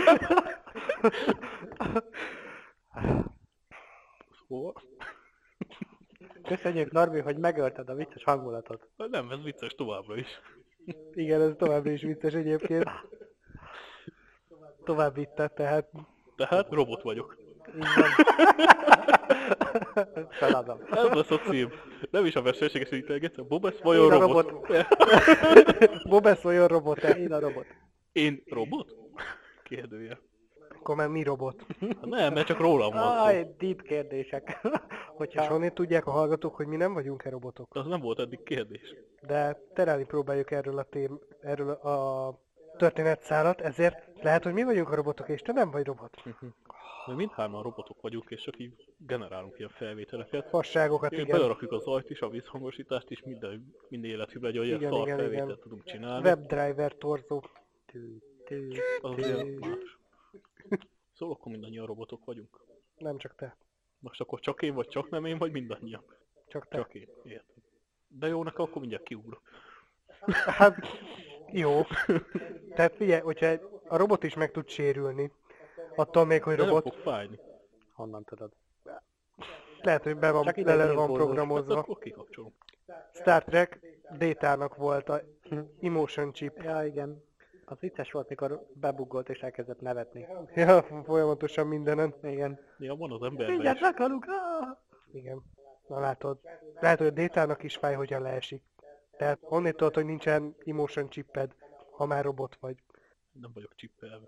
Szóval, Köszönjük Norbi, hogy megölted a vicces hangulatot. nem, ez vicces továbbra is. Igen, ez továbbra is vicces egyébként. Tovább vitte, tehát Tehát robot vagyok. így van. Feladom. Ez lesz a cím. Nem is a mesterséges intelligencia, Bob Én vajon a robot? robot. Bobesz olyan robot -e? Én a robot. Én robot? Kérdője. Akkor már mi robot? Hát nem, mert csak rólam van szó. Aj, deep kérdések. És Hogyha... honnét tudják a hallgatók, hogy mi nem vagyunk-e robotok? Az nem volt eddig kérdés. De terelni próbáljuk erről a tém, erről a történetszálat, ezért lehet, hogy mi vagyunk a robotok, és te nem vagy robot. Mi mindhárman robotok vagyunk, és csak így generálunk ilyen felvételeket. Fasságokat, És igen. belerakjuk a zajt is, a vízhangosítást is, minden, minden életű legyen, hogy ilyen Igen, szar igen, felvételt igen. tudunk csinálni. Webdriver torzó. Tű, tű, Az tű. azért más. Szóval akkor mindannyian robotok vagyunk. Nem csak te. Most akkor csak én, vagy csak nem én, vagy mindannyian? Csak te. Csak én, értem. De jó, nekem akkor mindjárt kiugrok. Hát, jó. Tehát figyelj, hogyha a robot is meg tud sérülni, attól még, hogy De nem robot, fog fájni. Honnan tudod? lehet, hogy be van, Csak bele ide van impulzus. Hát programozva. akkor kikapcsolom. Star Trek Data-nak volt a emotion chip. Ja, igen. Az vicces volt, mikor bebuggolt és elkezdett nevetni. Ja, folyamatosan mindenen. Igen. Ja, van az emberben is. Vigyázz, meghalunk! Ah! Igen. Na látod. Lehet, hogy a Data-nak is fáj, hogyha leesik. Tehát honnét tudod, hogy nincsen emotion chiped, ha már robot vagy. Nem vagyok csippelve.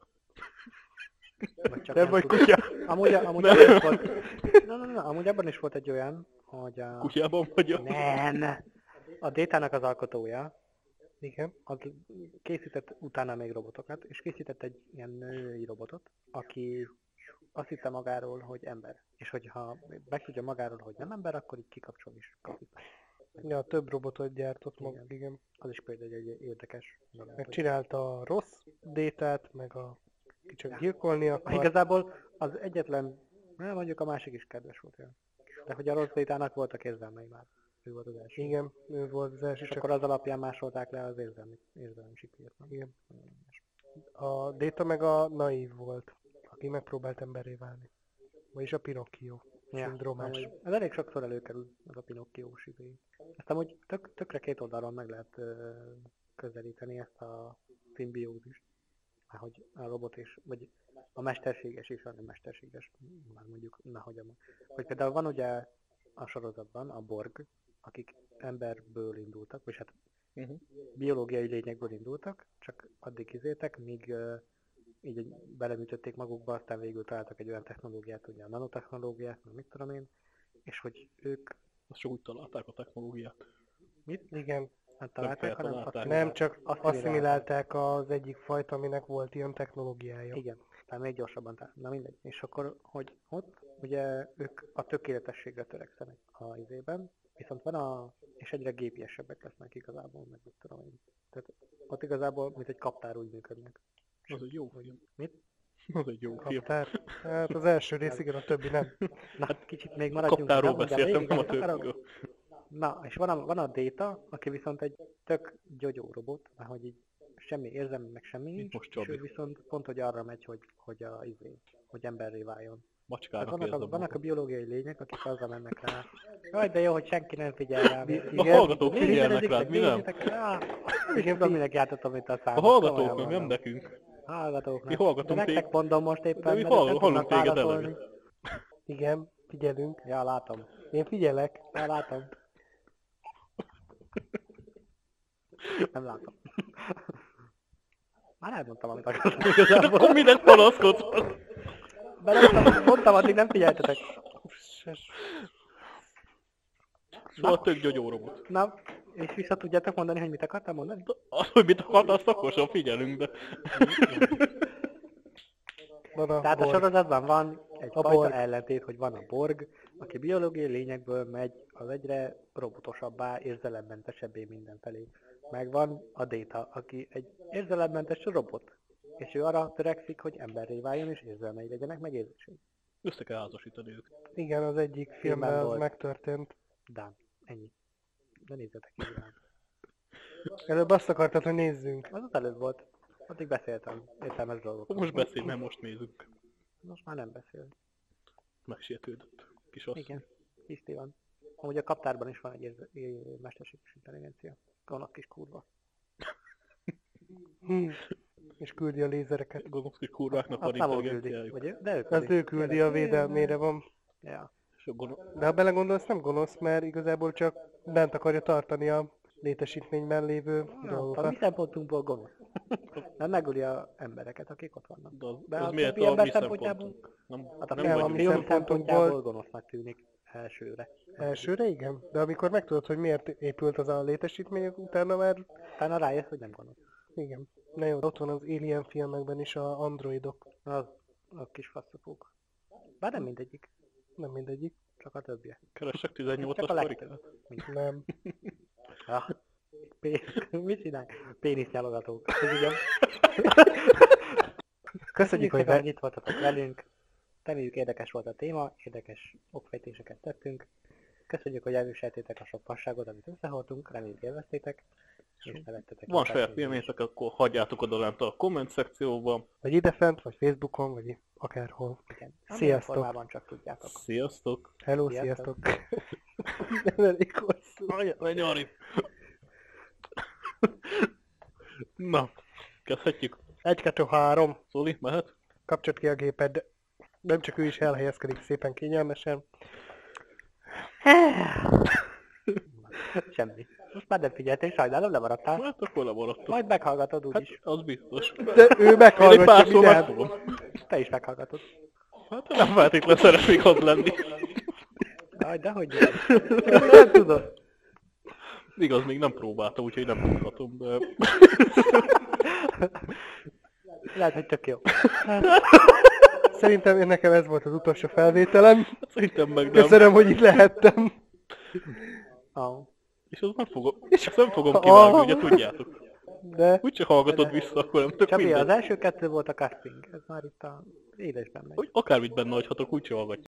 Vagy csak Nem nem vagy tud- kutya. Amúgy, amúgy, Nem. abban is volt, na, na, na, amúgy abban is volt egy olyan, hogy a... Kutyában vagyok. Nem! A Détának az alkotója, Igen. az készített utána még robotokat, és készített egy ilyen női robotot, aki azt hitte magáról, hogy ember. És hogyha megtudja magáról, hogy nem ember, akkor így kikapcsol is kapit. Ja, több robotot gyártott Igen. maga, igen. Az is például egy érdekes dolog. Meg csinálta a rossz Data-t, meg a ki csak gyilkolni akar. Igazából az egyetlen, nem mondjuk a másik is kedves volt olyan. De hogy a rossz Détának voltak érzelmei már. Ő volt az első. Igen, ő volt az első, És csak akkor az alapján másolták le az érzelmi, érzelmi sikért. nem? igen. A Data meg a naív volt, aki megpróbált emberré válni. Vagyis a Pinocchio szindrómás. amúgy ez elég sokszor előkerül, az a Pinocchiós idő. Ezt amúgy tök, tökre két oldalon meg lehet ö, közelíteni ezt a szimbiózist. Már hogy a robot és, vagy a mesterséges és a nem mesterséges, már mondjuk, nehogy a, hogy például van ugye a sorozatban a Borg, akik emberből indultak, vagy hát Uh-huh. biológiai lényekből indultak, csak addig izéltek, míg uh, így egy- beleműtötték magukba, aztán végül találtak egy olyan technológiát, ugye a nanotechnológiát, meg mit tudom én, és hogy ők Azt csak úgy találták a technológiát. mit Igen, nem találták, hanem feltalálták. nem csak asszimilálták. asszimilálták az egyik fajta, aminek volt ilyen technológiája. Igen, tehát még gyorsabban, tehát na mindegy. És akkor, hogy ott ugye ők a tökéletességre törekszenek a izében, viszont van a, és egyre gépiesebbek lesznek igazából, meg mit tudom én. Tehát ott igazából, mint egy kaptár úgy működnek. Az egy jó film. Mit? Az egy jó film. Kaptár. Hát az első rész, igen, a többi nem. Na, kicsit még maradjunk. Kaptárról nem mondjam beszéltem, végig, nem a amit akarok. többiről. Na, és van a, van a Data, aki viszont egy tök gyogyó robot, mert hogy így semmi érzem, meg semmi nincs, most és ő Csabi. viszont pont, hogy arra megy, hogy, hogy, a, izé, hogy emberré váljon. Tehát Macskának vannak, a, érzem vannak a magam. biológiai lények, akik azzal mennek rá. Jaj, de jó, hogy senki nem figyel rá. A hallgatók figyelnek rád, mi nem? Igen, tudom, minek játszottam itt a A számot. hallgatóknak, komolyan nem mondom. nekünk. Hallgatóknak. Mi hallgatunk De nektek téged. mondom most éppen, De mi mert ők nem hall- hallunk tudnak téged válaszolni. eleget. Igen, figyelünk. Ja, látom. Én figyelek. Ja, látom. Nem látom. Már elmondtam, amit akartam igazából. Akkor mindent panaszkodsz. De nem mondtam, mondtam, addig nem figyeltetek. Szóval tök gyogyó robot. Na, és vissza tudjátok mondani, hogy mit akartam mondani? Az, hogy mit akartál, azt szakosan figyelünk, de... Van a Tehát a Borg. sorozatban van egy A fajta Borg. ellentét, hogy van a Borg, aki biológiai lényekből megy az egyre robotosabbá, érzelemmentesebbé mindenfelé. Megvan a Data, aki egy érzelemmentes robot, és ő arra törekszik, hogy emberré váljon és érzelmei legyenek, meg érzései. Össze kell házasítani őket. Igen, az egyik filmben az volt. megtörtént. Dán, ennyi. De nézzetek így rám. Előbb azt akartad, hogy nézzünk. Az az előbb volt. Addig beszéltem. Értelmes dolgokról. Most beszélj, mert most nézzük. Most már nem beszél. Megsietődött. Kis asszony. Igen, tiszti van. Amúgy a kaptárban is van egy érze- é- mesterséges intelligencia. Gonosz kis kurva. Hm. És küldi a lézereket. Gonosz kis kurváknak van Azt nem ő küldi. intelligenciájuk. Vagy ő? De ő Az ő küldi, a védelmére van. Ja. És a gonosz... De ha belegondolsz, nem gonosz, mert igazából csak bent akarja tartani a létesítményben lévő A mi dolgokat. szempontunkból gonosz. Nem megöli a embereket, akik ott vannak. De az, De az a miért többi a ember mi szempontjából? szempontunk? Nem, Hát a nem nem, vagyunk. ami film szempontunkból- szempontjából gonosznak tűnik elsőre. Elsőre igen, de amikor megtudod, hogy miért épült az a létesítmény, utána már Utána rájössz, hogy nem gonosz. igen. Na jó, ott van az Alien filmekben is a androidok. Az a kis faszopók. Bár nem mindegyik, Nem mindegyik. csak a többiek. Keresek Csak tizennyolcas a karikát? legtöbb. Nem. Ah, pé- mit csinál? Pénisznyalogatók. Ez ugye... Köszönjük, hogy szépen. itt voltatok velünk. Reméljük érdekes volt a téma, érdekes okfejtéseket tettünk. Köszönjük, hogy elviseltétek a sok fasságot, amit összehordtunk, reméljük élveztétek, és nevettetek. Van a saját felszínűs- véleményetek, akkor hagyjátok oda lent a komment szekcióba. Vagy idefent, vagy Facebookon, vagy akárhol. Igen. Amilyen Sziasztok. formában csak tudjátok. Sziasztok! Hello, Sziasztok. sziasztok! Nem elég hosszú. Ajaj, nyari! Na, kezdhetjük. Egy, kettő, három. Zoli, mehet? Kapcsolt ki a géped, de nem csak ő is elhelyezkedik szépen kényelmesen. Semmi. Most már nem figyeltél, sajnálom, lemaradtál. Hát akkor lemaradtam. Majd meghallgatod Hát úgyis. az biztos. De ő Én egy meghallgatja pár szó mindent. megfogom. Te is meghallgatod. Hát nem feltétlenül szeretnék az lenni. Aj, dehogy nem. Nem tudod. Igaz, még nem próbáltam, úgyhogy nem tudhatom, de... Lehet, hogy tök jó. Szerintem én nekem ez volt az utolsó felvételem. Szerintem meg nem. Köszönöm, hogy itt lehettem. Oh. És az nem fogom, és azt nem fogom kivágni, Ah. ugye tudjátok. De Úgyse hallgatod vissza, akkor nem tök Csabi, mindegy. az első kettő volt a casting. Ez már itt a élesben megy. Hogy akármit benne hagyhatok, úgyse hallgatja.